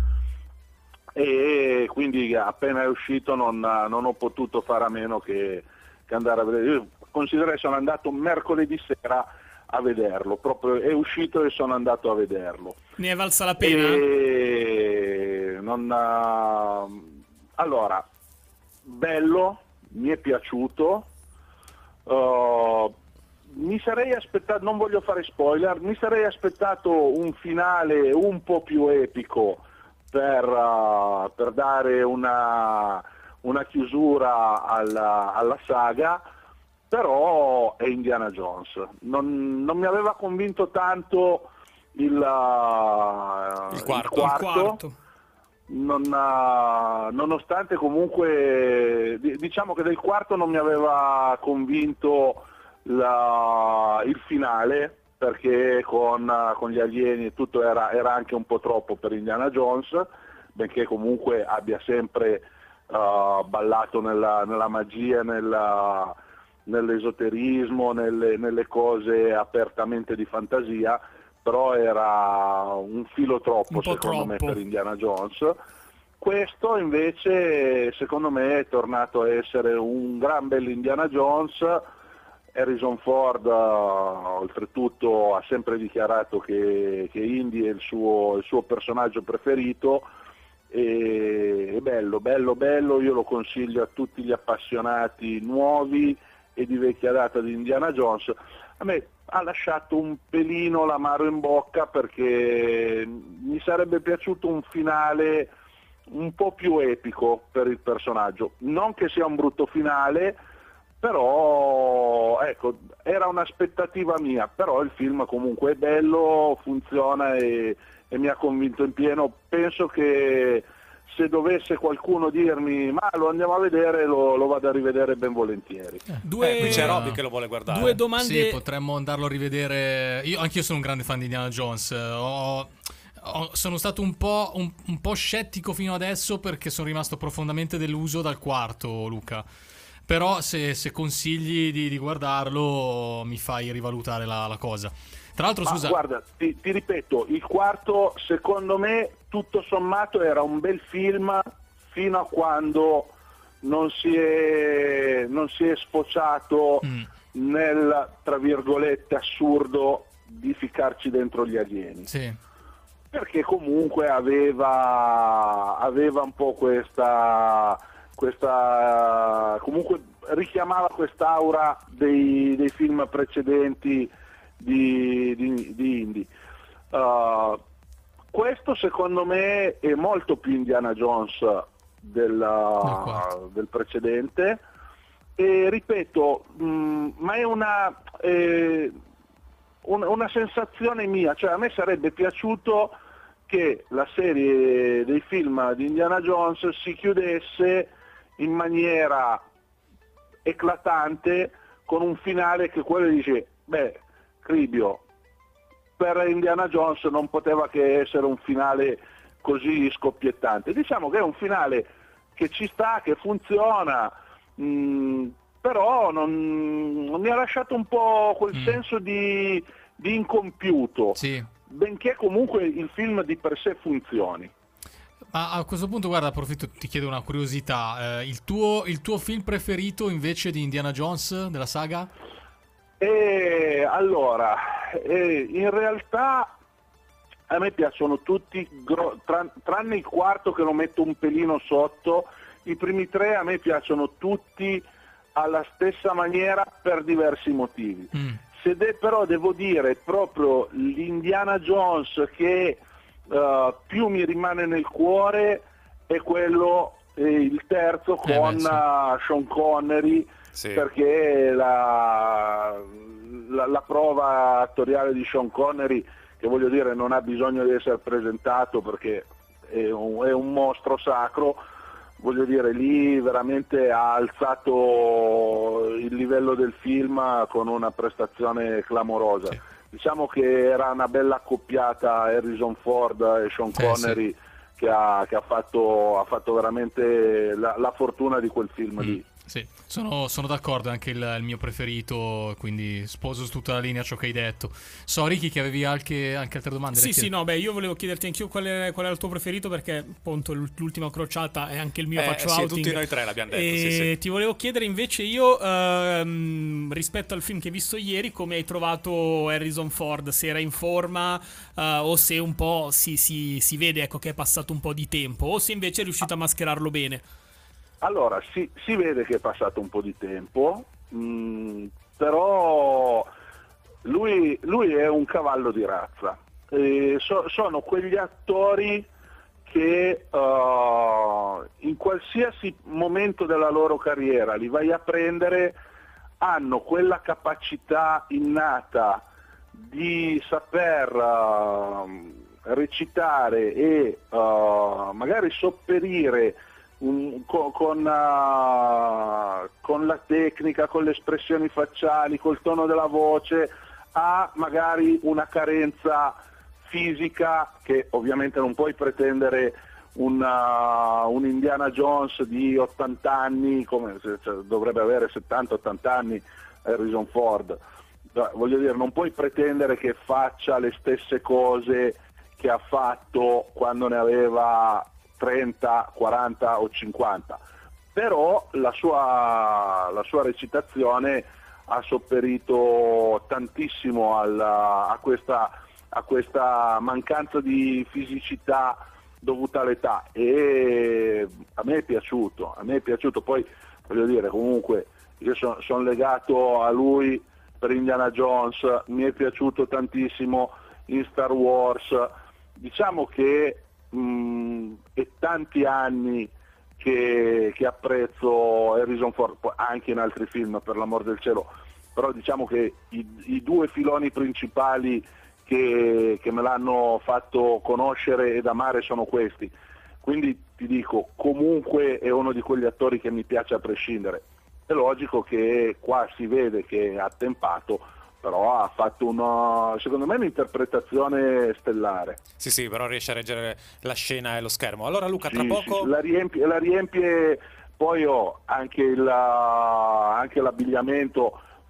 E quindi appena è uscito non, non ho potuto fare a meno che, che andare a vedere. Io considero che sono andato mercoledì sera a vederlo, proprio è uscito e sono andato a vederlo. Ne è valsa la pena? E non, ah, allora, bello, mi è piaciuto. Uh, mi sarei aspettato, non voglio fare spoiler, mi sarei aspettato un finale un po' più epico per, uh, per dare una, una chiusura alla, alla saga, però è Indiana Jones. Non, non mi aveva convinto tanto il, uh, Il quarto. Il quarto. Non, uh, nonostante comunque di- diciamo che del quarto non mi aveva convinto la- il finale, perché con, uh, con gli alieni e tutto era, era anche un po' troppo per Indiana Jones, benché comunque abbia sempre uh, ballato nella, nella magia, nella, nell'esoterismo, nelle, nelle cose apertamente di fantasia, però era un filo troppo Un po' secondo me troppo. per Indiana Jones. Questo invece secondo me è tornato a essere un gran bel Indiana Jones. Harrison Ford uh, oltretutto ha sempre dichiarato che, che Indy è il suo, il suo personaggio preferito, e è bello, bello, bello, io lo consiglio a tutti gli appassionati nuovi e di vecchia data di Indiana Jones. A me ha lasciato un pelino l'amaro in bocca, perché mi sarebbe piaciuto un finale un po' più epico per il personaggio, non che sia un brutto finale, però ecco, era un'aspettativa mia, però il film comunque è bello, funziona e, e mi ha convinto in pieno. Penso che se dovesse qualcuno dirmi ma lo andiamo a vedere, lo, lo vado a rivedere ben volentieri. Due, Eh, qui c'è Robby che lo vuole guardare. due domande. Sì, potremmo andarlo a rivedere. Io anch'io sono un grande fan di Indiana Jones. Ho- ho- sono stato un po', un, un po' scettico fino adesso, perché sono rimasto profondamente deluso dal quarto, Luca. Però se, se consigli di, di guardarlo mi fai rivalutare la, la cosa. Tra l'altro, Ma scusa, guarda, ti, ti ripeto, il quarto secondo me tutto sommato era un bel film fino a quando non si è, non si è sfociato Mm. nel, tra virgolette, assurdo di ficcarci dentro gli alieni. sì, Perché comunque aveva, aveva un po' questa, questa comunque richiamava quest'aura dei, dei film precedenti di, di, di Indy. Uh, questo secondo me è molto più Indiana Jones del, del precedente, e ripeto, mh, ma è una, eh, una, una sensazione mia, cioè a me sarebbe piaciuto che la serie dei film di Indiana Jones si chiudesse in maniera eclatante con un finale che quello dice, beh, Cribio, per Indiana Jones non poteva che essere un finale così scoppiettante. Diciamo che è un finale che ci sta, che funziona, mh, però non, non mi ha lasciato un po' quel Mm. senso di, di incompiuto, sì. benché comunque il film di per sé funzioni. Ma a questo punto, guarda, approfitto, ti chiedo una curiosità. Eh, il tuo, il tuo film preferito invece di Indiana Jones, della saga? E allora, eh, in realtà a me piacciono tutti, gro- tran- tranne il quarto che lo metto un pelino sotto, i primi tre a me piacciono tutti alla stessa maniera per diversi motivi. Mm. Se de- però devo dire proprio l'Indiana Jones che uh, più mi rimane nel cuore è quello, eh, il terzo Eh con beh, sì. uh, Sean Connery, Sì. perché la, la, la prova attoriale di Sean Connery, che voglio dire non ha bisogno di essere presentato perché è un, è un mostro sacro, voglio dire lì veramente ha alzato il livello del film con una prestazione clamorosa. Sì. Diciamo che era una bella accoppiata Harrison Ford e Sean Eh, Connery, sì. che, ha, che ha, fatto, ha fatto veramente la, la fortuna di quel film Mm. lì. Sì, sono, sono d'accordo, è anche il, il mio preferito, quindi sposo su tutta la linea ciò che hai detto. So, Ricky, che avevi anche, anche altre domande. Sì, le sì, chiedo. no, beh, io volevo chiederti anch'io qual è, qual era il tuo preferito, perché appunto l'ultima crociata è anche il mio, Eh, faccio sì, outing. tutti noi tre l'abbiamo detto, E sì, sì. ti volevo chiedere invece io, ehm, rispetto al film che hai visto ieri, come hai trovato Harrison Ford, se era in forma eh, o se un po' si, si, si vede, ecco, che è passato un po' di tempo, o se invece è riuscito a mascherarlo bene. Allora, si, si vede che è passato un po' di tempo, mh, però lui, lui è un cavallo di razza. E so- sono quegli attori che uh, in qualsiasi momento della loro carriera li vai a prendere, hanno quella capacità innata di saper uh, recitare e uh, magari sopperire un, con, con, uh, con la tecnica, con le espressioni facciali, col tono della voce, a magari una carenza fisica che ovviamente non puoi pretendere un, uh, un Indiana Jones di ottanta anni, come se, cioè, dovrebbe avere settanta ottanta anni Harrison Ford. Voglio dire, non puoi pretendere che faccia le stesse cose che ha fatto quando ne aveva trenta, quaranta o cinquanta, però la sua, la sua recitazione ha sopperito tantissimo alla, a, questa, a questa mancanza di fisicità dovuta all'età, e a me è piaciuto, a me è piaciuto. Poi voglio dire, comunque io sono son legato a lui per Indiana Jones, mi è piaciuto tantissimo in Star Wars, diciamo che mh, è tanti anni che, che apprezzo Harrison Ford, anche in altri film per l'amor del cielo, però diciamo che i, i due filoni principali che, che me l'hanno fatto conoscere ed amare sono questi, quindi ti dico, comunque è uno di quegli attori che mi piace a prescindere. È logico che qua si vede che ha tempato, però ha fatto una, secondo me, un'interpretazione stellare. Sì, sì, però riesce a reggere la scena e lo schermo. Allora Luca, tra Sì, poco... sì, la riempie, la riempie poi ho anche, il, anche l'abbigliamento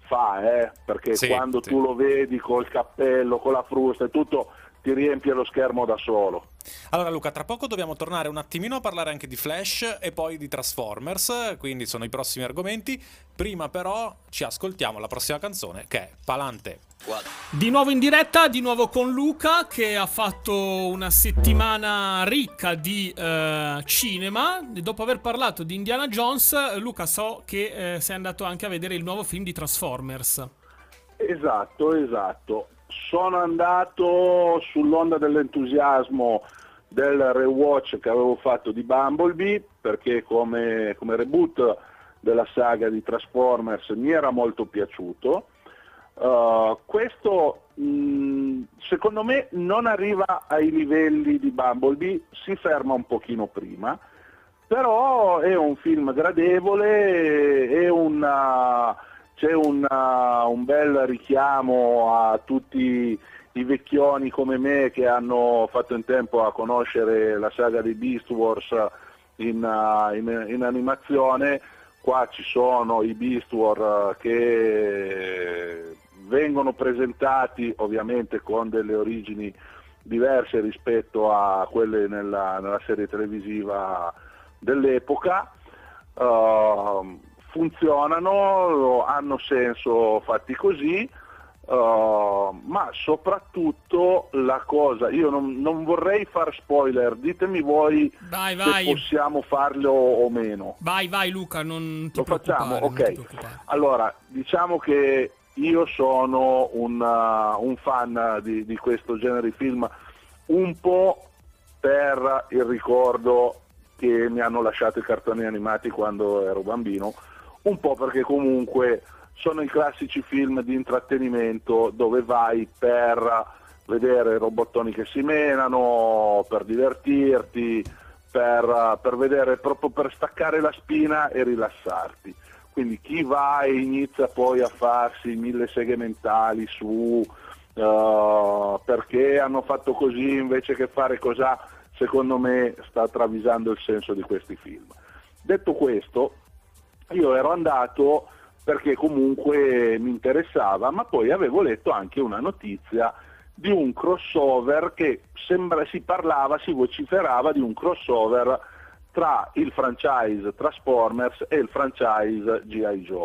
fa, eh, perché Sì, quando sì. tu lo vedi col cappello, con la frusta e tutto, ti riempie lo schermo da solo. Allora Luca, tra poco dobbiamo tornare un attimino a parlare anche di Flash e poi di Transformers, quindi sono i prossimi argomenti. Prima però ci ascoltiamo la prossima canzone, che è Palante. Di nuovo in diretta, di nuovo con Luca, che ha fatto una settimana ricca di eh, cinema. Dopo aver parlato di Indiana Jones, Luca, so che eh, sei andato anche a vedere il nuovo film di Transformers. Esatto, esatto. Sono andato sull'onda dell'entusiasmo del rewatch che avevo fatto di Bumblebee, perché come, come reboot della saga di Transformers mi era molto piaciuto. Uh, questo mh, secondo me non arriva ai livelli di Bumblebee, si ferma un pochino prima, però è un film gradevole, è una, c'è una, un bel richiamo a tutti i vecchioni come me che hanno fatto in tempo a conoscere la saga di Beast Wars in, uh, in, in animazione. Qua ci sono i Beast Wars che vengono presentati ovviamente con delle origini diverse rispetto a quelle nella, nella serie televisiva dell'epoca. Uh, funzionano, hanno senso fatti così, uh, ma soprattutto la cosa, io non, non vorrei far spoiler, ditemi voi Vai, se vai. possiamo farlo o meno. Vai, vai Luca, non ti Lo preoccupare. facciamo? non ti Ok. preoccupare. Allora, diciamo che io sono un, uh, un fan di, di questo genere di film, un po' per il ricordo che mi hanno lasciato i cartoni animati quando ero bambino, un po' perché comunque sono i classici film di intrattenimento dove vai per vedere robottoni che si menano, per divertirti, per, per vedere, proprio per staccare la spina e rilassarti. Quindi chi va e inizia poi a farsi mille seghe mentali su uh, perché hanno fatto così invece che fare cos'ha, secondo me sta travisando il senso di questi film. Detto questo, io ero andato perché comunque mi interessava, ma poi avevo letto anche una notizia di un crossover che sembra, si parlava, si vociferava di un crossover tra il franchise Transformers e il franchise G I. Joe.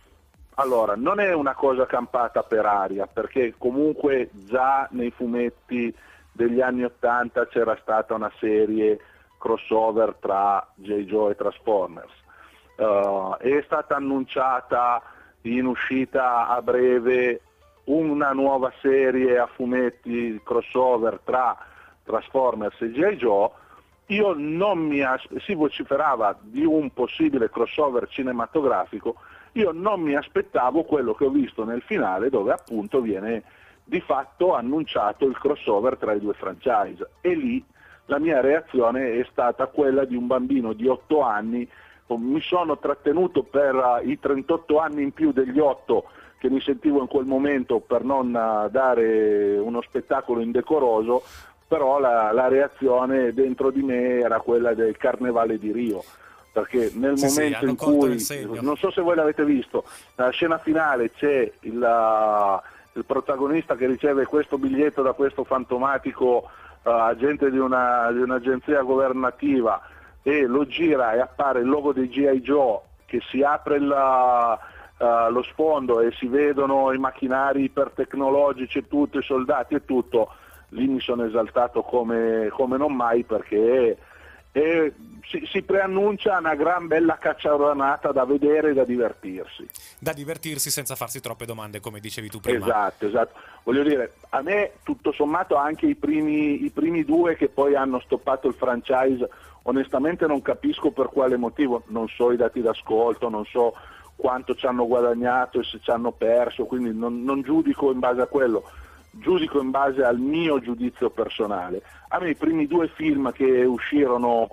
Allora, non è una cosa campata per aria, perché comunque già nei fumetti degli anni ottanta c'era stata una serie crossover tra G I. Joe e Transformers. Uh, è stata annunciata in uscita a breve una nuova serie a fumetti crossover tra Transformers e G I. Joe. Io non mi as- si vociferava di un possibile crossover cinematografico, io non mi aspettavo quello che ho visto nel finale, dove appunto viene di fatto annunciato il crossover tra i due franchise, e lì la mia reazione è stata quella di un bambino di otto anni. Mi sono trattenuto per uh, i trentotto anni in più degli otto che mi sentivo in quel momento per non uh, dare uno spettacolo indecoroso, però la, la reazione dentro di me era quella del Carnevale di Rio, perché nel Sì, sì, momento hanno in colto cui, nel segno. non so se voi l'avete visto, nella scena finale c'è il, uh, il protagonista che riceve questo biglietto da questo fantomatico uh, agente di, una, di un'agenzia governativa, e lo gira e appare il logo di G I. Joe, che si apre la, uh, lo sfondo e si vedono i macchinari ipertecnologici e tutto, i soldati e tutto. Lì mi sono esaltato come, come non mai, perché è, si, si preannuncia una gran bella cacciaronata da vedere e da divertirsi. Da divertirsi senza farsi troppe domande, come dicevi tu prima. Esatto, esatto. Voglio dire, a me tutto sommato anche i primi, i primi due che poi hanno stoppato il franchise, onestamente non capisco per quale motivo, non so i dati d'ascolto, non so quanto ci hanno guadagnato e se ci hanno perso, quindi non, non giudico in base a quello, giudico in base al mio giudizio personale. A me i primi due film che uscirono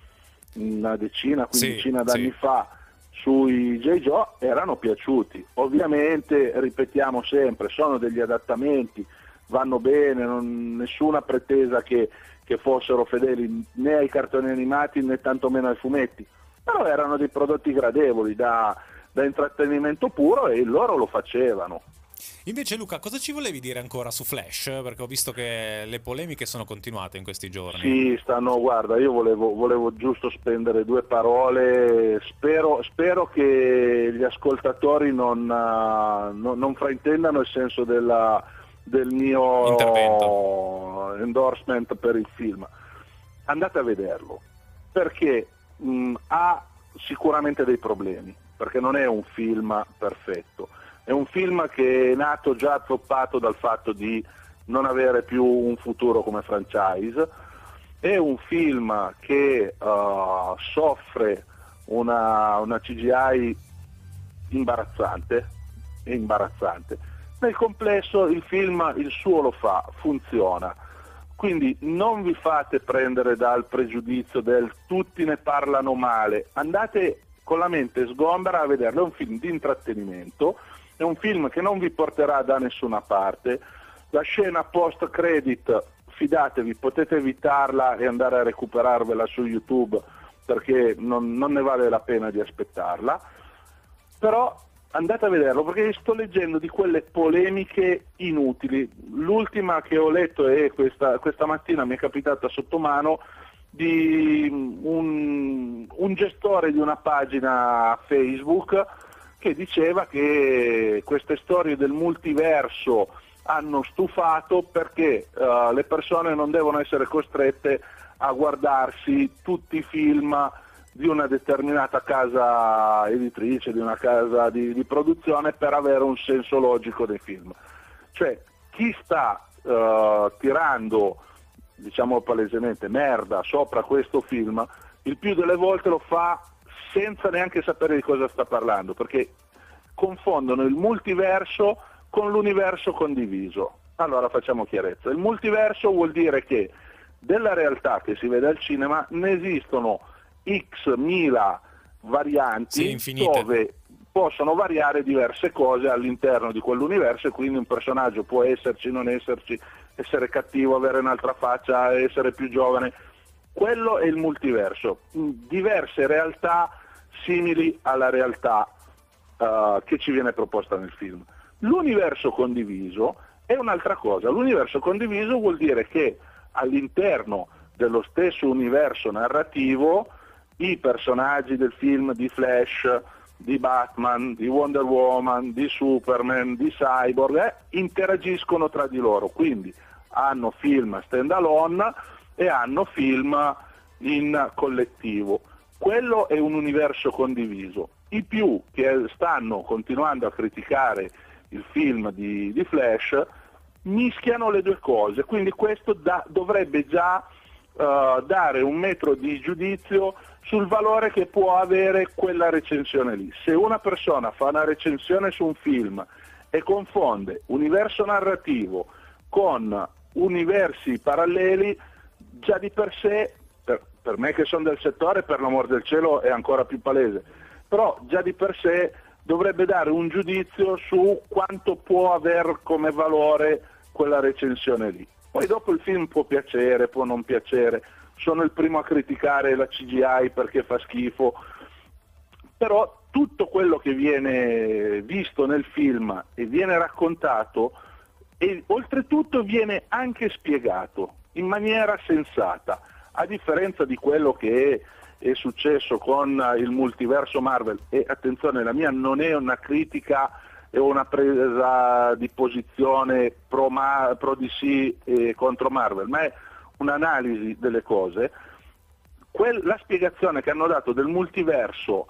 una decina, quindicina Sì, d'anni sì. fa sui G I. Joe erano piaciuti. Ovviamente, ripetiamo sempre, sono degli adattamenti, vanno bene, non, nessuna pretesa che, che fossero fedeli né ai cartoni animati né tantomeno ai fumetti, però erano dei prodotti gradevoli da, da intrattenimento puro, e loro lo facevano. Invece Luca, cosa ci volevi dire ancora su Flash? Perché ho visto che le polemiche sono continuate in questi giorni. Sì, stanno, guarda, io volevo, volevo giusto spendere due parole, spero, spero che gli ascoltatori non, uh, non, non fraintendano il senso della, del mio intervento, endorsement per il film. Andate a vederlo, perché mh, ha sicuramente dei problemi, perché non è un film perfetto. È un film che è nato già zoppato dal fatto di non avere più un futuro come franchise. È un film che uh, soffre una, una C G I imbarazzante, imbarazzante. Nel complesso il film il suo lo fa, funziona. Quindi non vi fate prendere dal pregiudizio del tutti ne parlano male. Andate con la mente sgombera a vederlo. È un film di intrattenimento. È un film che non vi porterà da nessuna parte. La scena post credit, fidatevi, potete evitarla e andare a recuperarvela su YouTube, perché non, non ne vale la pena di aspettarla. Però andate a vederlo, perché sto leggendo di quelle polemiche inutili. L'ultima che ho letto è questa, questa mattina mi è capitata sotto mano, di un, un gestore di una pagina Facebook che diceva che queste storie del multiverso hanno stufato perché uh, le persone non devono essere costrette a guardarsi tutti i film di una determinata casa editrice, di una casa di, di produzione, per avere un senso logico dei film. Cioè, chi sta uh, tirando, diciamo palesemente, merda sopra questo film, il più delle volte lo fa senza neanche sapere di cosa sta parlando, perché confondono il multiverso con l'universo condiviso. Allora facciamo chiarezza. Il multiverso vuol dire che della realtà che si vede al cinema ne esistono x mila varianti, sì, dove possono variare diverse cose all'interno di quell'universo, e quindi un personaggio può esserci, non esserci, essere cattivo, avere un'altra faccia, essere più giovane. Quello è il multiverso. Diverse realtà simili alla realtà uh, che ci viene proposta nel film. L'universo condiviso è un'altra cosa. L'universo condiviso vuol dire che all'interno dello stesso universo narrativo i personaggi del film di Flash, di Batman, di Wonder Woman, di Superman, di Cyborg eh, interagiscono tra di loro, quindi hanno film stand alone e hanno film in collettivo. Quello è un universo condiviso. I più che stanno continuando a criticare il film di, di Flash mischiano le due cose, quindi questo da, dovrebbe già uh, dare un metro di giudizio sul valore che può avere quella recensione lì. Se una persona fa una recensione su un film e confonde universo narrativo con universi paralleli, già di per sé, per, per me che sono del settore, per l'amor del cielo è ancora più palese, però già di per sé dovrebbe dare un giudizio su quanto può aver come valore quella recensione lì. Poi dopo il film può piacere, può non piacere, sono il primo a criticare la C G I perché fa schifo, però tutto quello che viene visto nel film e viene raccontato, e oltretutto viene anche spiegato in maniera sensata, a differenza di quello che è, è successo con il multiverso Marvel. E attenzione, la mia non è una critica e una presa di posizione pro, Ma- pro D C e contro Marvel, ma è un'analisi delle cose. Quell- la spiegazione che hanno dato del multiverso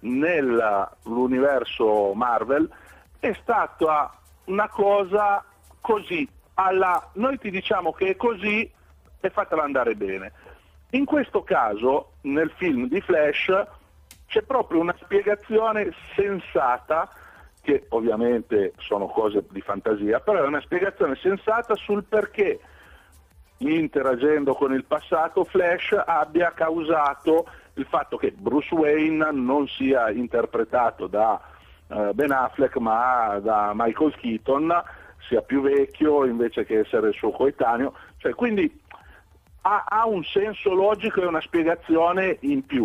nell'universo Marvel è stata una cosa così, alla noi ti diciamo che è così e fatela andare bene. In questo caso, nel film di Flash, c'è proprio una spiegazione sensata, che ovviamente sono cose di fantasia, però è una spiegazione sensata sul perché, interagendo con il passato, Flash abbia causato il fatto che Bruce Wayne non sia interpretato da uh, Ben Affleck ma da Michael Keaton, sia più vecchio invece che essere il suo coetaneo, cioè, quindi ha, ha un senso logico e una spiegazione in più.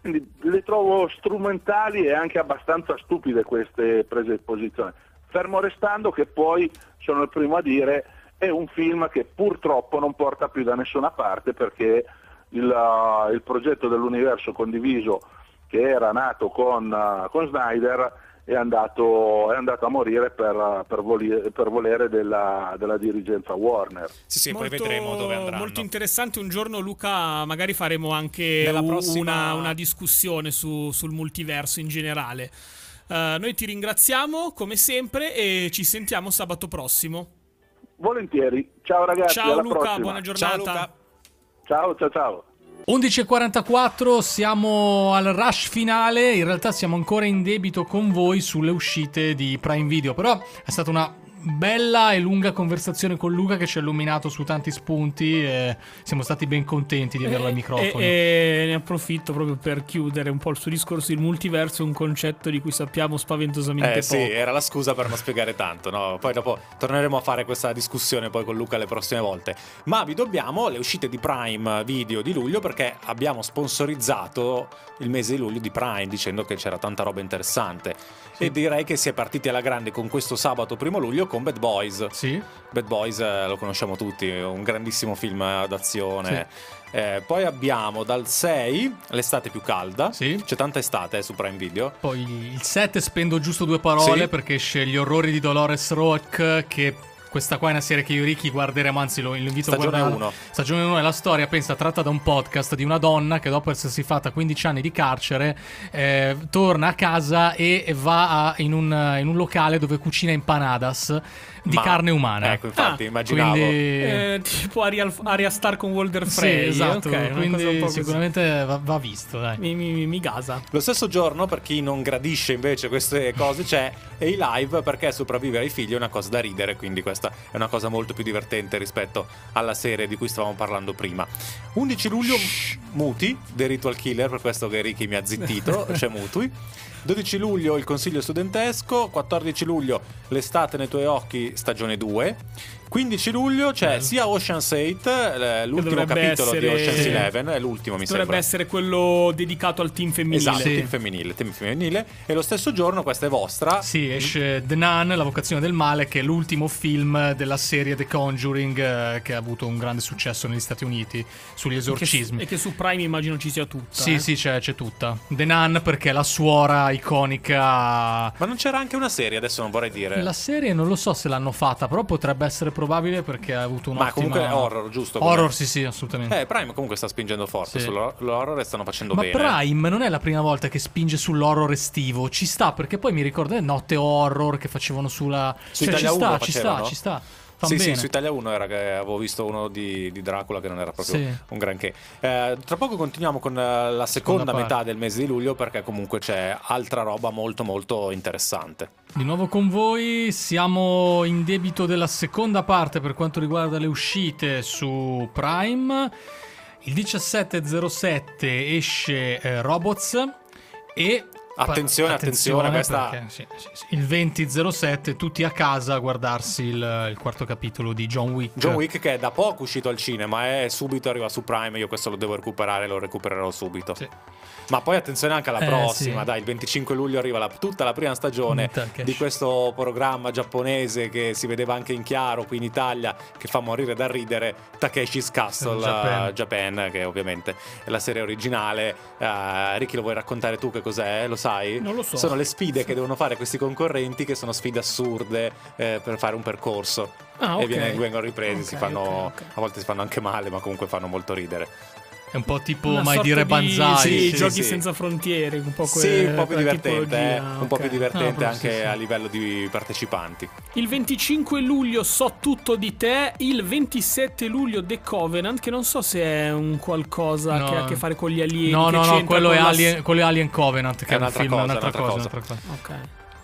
Quindi le trovo strumentali e anche abbastanza stupide queste prese di posizione, fermo restando che poi sono il primo a dire è un film che purtroppo non porta più da nessuna parte, perché il, uh, il progetto dell'universo condiviso che era nato con, uh, con Snyder è andato, è andato a morire per, per, volere, per volere della, della dirigenza Warner. Sì, sì, molto, poi vedremo dove andranno. Molto interessante. Un giorno, Luca, magari faremo anche Nella u- prossima... una, una discussione su, sul multiverso in generale. Uh, noi ti ringraziamo come sempre e ci sentiamo sabato prossimo. Volentieri. Ciao ragazzi, Ciao alla Luca, prossima. buona giornata. Ciao Luca. Ciao, ciao, ciao. undici e quarantaquattro, siamo al rush finale. In realtà siamo ancora in debito con voi sulle uscite di Prime Video, però è stata una bella e lunga conversazione con Luca che ci ha illuminato su tanti spunti e siamo stati ben contenti di averlo ai microfoni. E, e ne approfitto proprio per chiudere un po' il suo discorso. Il multiverso è un concetto di cui sappiamo spaventosamente Eh poco. sì, era la scusa per non spiegare tanto, no? Poi dopo torneremo a fare questa discussione poi con Luca le prossime volte. Ma vi dobbiamo le uscite di Prime Video di luglio, perché abbiamo sponsorizzato il mese di luglio di Prime dicendo che c'era tanta roba interessante. Sì. E direi che si è partiti alla grande con questo sabato primo luglio con Bad Boys. Sì. Bad Boys eh, lo conosciamo tutti, è un grandissimo film d'azione. Sì. Eh, poi abbiamo dal sei l'estate più calda. Sì. C'è tanta estate eh, su Prime Video. Poi il sette spendo giusto due parole, sì, perché esce Gli orrori di Dolores Roach, che questa qua è una serie che io e Ricky guarderemo, anzi lo invito Stagione a guardare. uno. Stagione uno è la storia, pensa, tratta da un podcast di una donna che dopo essersi fatta quindici anni di carcere eh, torna a casa e va a, in, un, in un locale dove cucina empanadas di Ma, carne umana. Ecco, infatti, Ah, immaginavo. Quindi... Eh, tipo Aria, Aria Star con Walter Frey. Sì, esatto, okay, una cosa un quindi po' così. sicuramente va, va visto, dai. Mi, mi, mi gasa. Lo stesso giorno, per chi non gradisce invece queste cose, c'è A-Live, perché sopravvivere ai figli è una cosa da ridere, quindi questa è una cosa molto più divertente rispetto alla serie di cui stavamo parlando prima. undici luglio, Muti, The Ritual Killer, per questo che Ricky mi ha zittito, c'è Mutui. dodici luglio il consiglio studentesco, quattordici luglio l'estate nei tuoi occhi stagione due, quindici luglio c'è Bello. sia Ocean's eight, eh, l'ultimo capitolo essere... di Ocean's eleven, è l'ultimo mi dovrebbe sembra. essere quello dedicato al team femminile. Esatto, sì. team femminile, team femminile. E lo stesso giorno, questa è vostra. Sì, esce The Nun, La vocazione del male, che è l'ultimo film della serie The Conjuring, eh, che ha avuto un grande successo negli Stati Uniti sugli esorcismi. E che, e che su Prime immagino ci sia tutta. Sì, eh. sì, c'è, c'è tutta. The Nun perché è la suora iconica. Ma non c'era anche una serie, adesso non vorrei dire. La serie non lo so se l'hanno fatta, però potrebbe essere probabile perché ha avuto un'ottima... Ma comunque è horror, giusto? Come... Horror, sì, sì, assolutamente. Eh, Prime comunque sta spingendo forte Sì. sull'horror e stanno facendo Ma bene. Prime non è la prima volta che spinge sull'horror estivo. Ci sta, perché poi mi ricordo il Notte Horror che facevano sulla... Su cioè, Italia ci sta, uno ci facevano? sta, ci sta. Fan Sì, bene. sì, su Italia uno era che avevo visto uno di, di Dracula che non era proprio Sì. un granché. Eh, tra poco continuiamo con eh, la seconda, Seconda metà parte. del mese di luglio, perché comunque c'è altra roba molto molto interessante. Di nuovo con voi, siamo in debito della seconda parte per quanto riguarda le uscite su Prime. Il diciassette zero sette esce eh, Robots e... Attenzione, attenzione, questa... perché, sì, sì, sì. Il venti zero sette tutti a casa a guardarsi il, il quarto capitolo di John Wick. John Wick, che è da poco uscito al cinema e subito arriva su Prime. Io questo lo devo recuperare, lo recupererò subito. Sì. Ma poi attenzione anche alla Eh, prossima, sì. dai, il venticinque luglio arriva la, tutta la prima stagione Takeshi. di questo programma giapponese che si vedeva anche in chiaro qui in Italia, che fa morire da ridere, Takeshi's Castle Japan. uh, Japan, che ovviamente è la serie originale. uh, Ricky, lo vuoi raccontare tu che cos'è? Lo sai? Non lo so. Sono le sfide che devono fare questi concorrenti, che sono sfide assurde eh, per fare un percorso. Ah, E ok. viene- vengono ripresi, Ok, si fanno, ok, ok. a volte si fanno anche male, ma comunque fanno molto ridere. È un po' tipo Una mai sorta dire di- Banzai. Sì, Sì, giochi sì. senza frontiere, un po' que- Sì, un po' più quella divertente, eh, tipologia, un po' ok. più divertente No, proprio anche sì, sì. a livello di partecipanti. Il venticinque luglio So tutto di te, il ventisette luglio The Covenant, che non so se è un qualcosa No. che ha a che fare con gli alieni. No, che no, no, c'entra quello con è, la- Alien, quello è Alien Covenant, che È è, un un'altra film, cosa, un'altra un'altra cosa, cosa. un'altra cosa. Ok.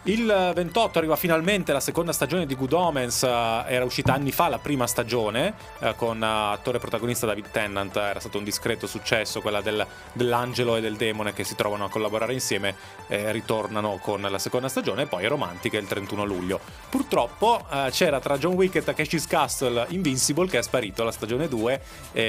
Il ventotto arriva finalmente la seconda stagione di Good Omens, uh, era uscita anni fa la prima stagione uh, con uh, attore protagonista David Tennant, era stato un discreto successo, quella del, dell'angelo e del demone che si trovano a collaborare insieme, eh, ritornano con la seconda stagione e poi Romantica il trentuno luglio. Purtroppo uh, c'era tra John Wick e Takeshi's Castle Invincible che è sparito la stagione due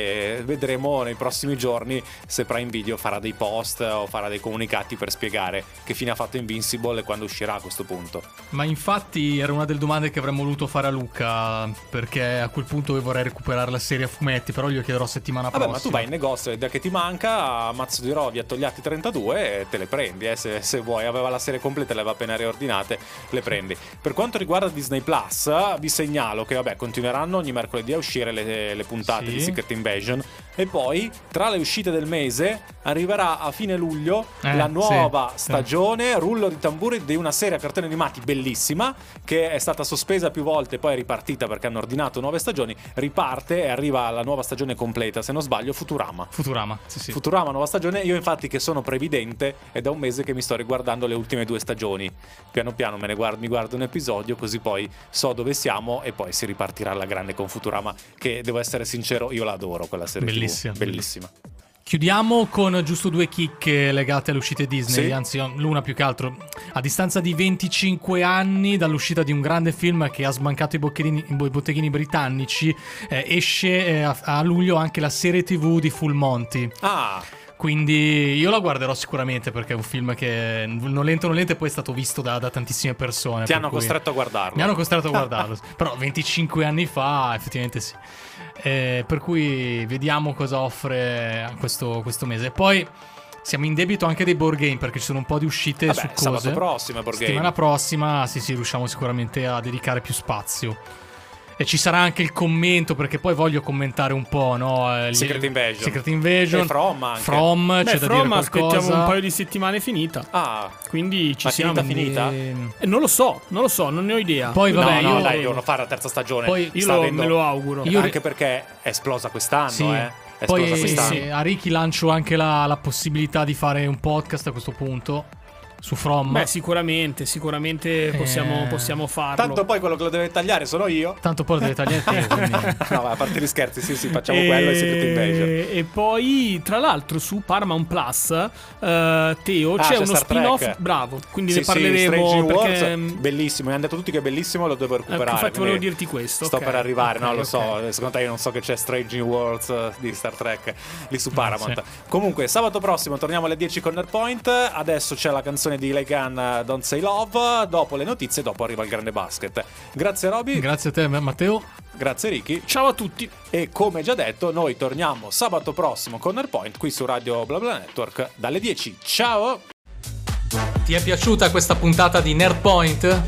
e vedremo nei prossimi giorni se Prime Video farà dei post o farà dei comunicati per spiegare che fine ha fatto Invincible e quando uscirà a questo punto. Ma infatti era una delle domande che avremmo voluto fare a Luca, perché a quel punto io vorrei recuperare la serie a fumetti, però glielo chiederò settimana Vabbè, prossima. ma tu vai in negozio e da che ti manca a mazzo di rovi a Togliatti trentadue e te le prendi, eh, se, se vuoi. Aveva la serie completa, le aveva appena riordinate, le prendi. Per quanto riguarda Disney Plus, vi segnalo che vabbè continueranno ogni mercoledì a uscire le, le puntate Sì. di Secret Invasion e poi tra le uscite del mese arriverà a fine luglio Eh, la nuova sì, stagione, rullo di tamburi, di una serie a cartoni animati bellissima che è stata sospesa più volte, poi è ripartita perché hanno ordinato nuove stagioni, riparte e arriva la nuova stagione completa, se non sbaglio Futurama. Futurama, sì, sì. Futurama, nuova stagione. Io infatti che sono previdente è da un mese che mi sto riguardando le ultime due stagioni. Piano piano me ne guardo, mi guardo un episodio così poi so dove siamo e poi si ripartirà alla grande con Futurama, che devo essere sincero, io la adoro quella serie. Bellissima. T V. Bellissima. Chiudiamo con giusto due chicche legate alle uscite Disney, Sì. anzi l'una più che altro. A distanza di venticinque anni dall'uscita di un grande film che ha sbancato i botteghini, i botteghini britannici, eh, esce eh, a, a luglio anche la serie tivù di Full Monty. Ah, Quindi io la guarderò sicuramente perché è un film che non lento non lento poi è stato visto da, da tantissime persone. ti per hanno cui- costretto a guardarlo. Mi hanno costretto a guardarlo. Però venticinque anni fa effettivamente sì. Eh, per cui vediamo cosa offre questo, questo mese. E poi siamo in debito anche dei board game perché ci sono un po' di uscite Vabbè, su cose. sabato prossimo è board game. Settimana prossima sì sì riusciamo sicuramente a dedicare più spazio. E ci sarà anche il commento perché poi voglio commentare un po', no? Eh, gli- Secret Invasion. Secret Invasion. E From anche. From, Beh, c'è da From dire aspettiamo qualcosa. un paio di settimane è finita. Ah, Quindi ci ma siamo. finita finita? Ehm, Eh, non lo so, non lo so, non ne ho idea. Poi vabbè, no, no, io- dai, devono fare la terza stagione. Poi Io Sta lo- avendo- me lo auguro. Io- Anche perché è esplosa quest'anno, Sì. eh. È Poi esplosa quest'anno. sì, a Ricky lancio anche la, la possibilità di fare un podcast a questo punto su From. Beh, sicuramente, sicuramente possiamo, Eh, possiamo farlo. Tanto poi quello che lo deve tagliare sono io. Tanto poi lo deve tagliare te, quindi- No, ma a parte gli scherzi, sì, sì, facciamo quello e Secret Invasion. E poi, tra l'altro, su Paramount Plus, eh, Teo, Ah, c'è c'è uno Star spin-off. Trek. Bravo, quindi Sì, ne sì, parleremo. Strange New perché, Worlds, bellissimo, mi hanno detto tutti che è bellissimo, lo devo recuperare. Ecco, infatti volevo quindi dirti questo. Sto ok. per arrivare, Ok, no, lo ok. so. Secondo te io non so che c'è Strange New Worlds eh, di Star Trek lì su Paramount. sì. Comunque, sabato prossimo torniamo alle dieci con Nerdpoint. Adesso c'è la canzone di Legan, Don't Say Love. Dopo le notizie, dopo arriva il grande basket. Grazie Roby, Grazie a te, Matteo. grazie Ricky. Ciao a tutti. E come già detto, noi torniamo sabato prossimo con Nerdpoint qui su Radio BlaBla Network dalle dieci. Ciao! Ti è piaciuta questa puntata di Nerdpoint?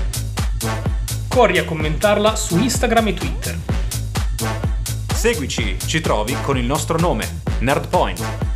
Corri a commentarla su Instagram e Twitter. Seguici, ci trovi con il nostro nome, Nerdpoint.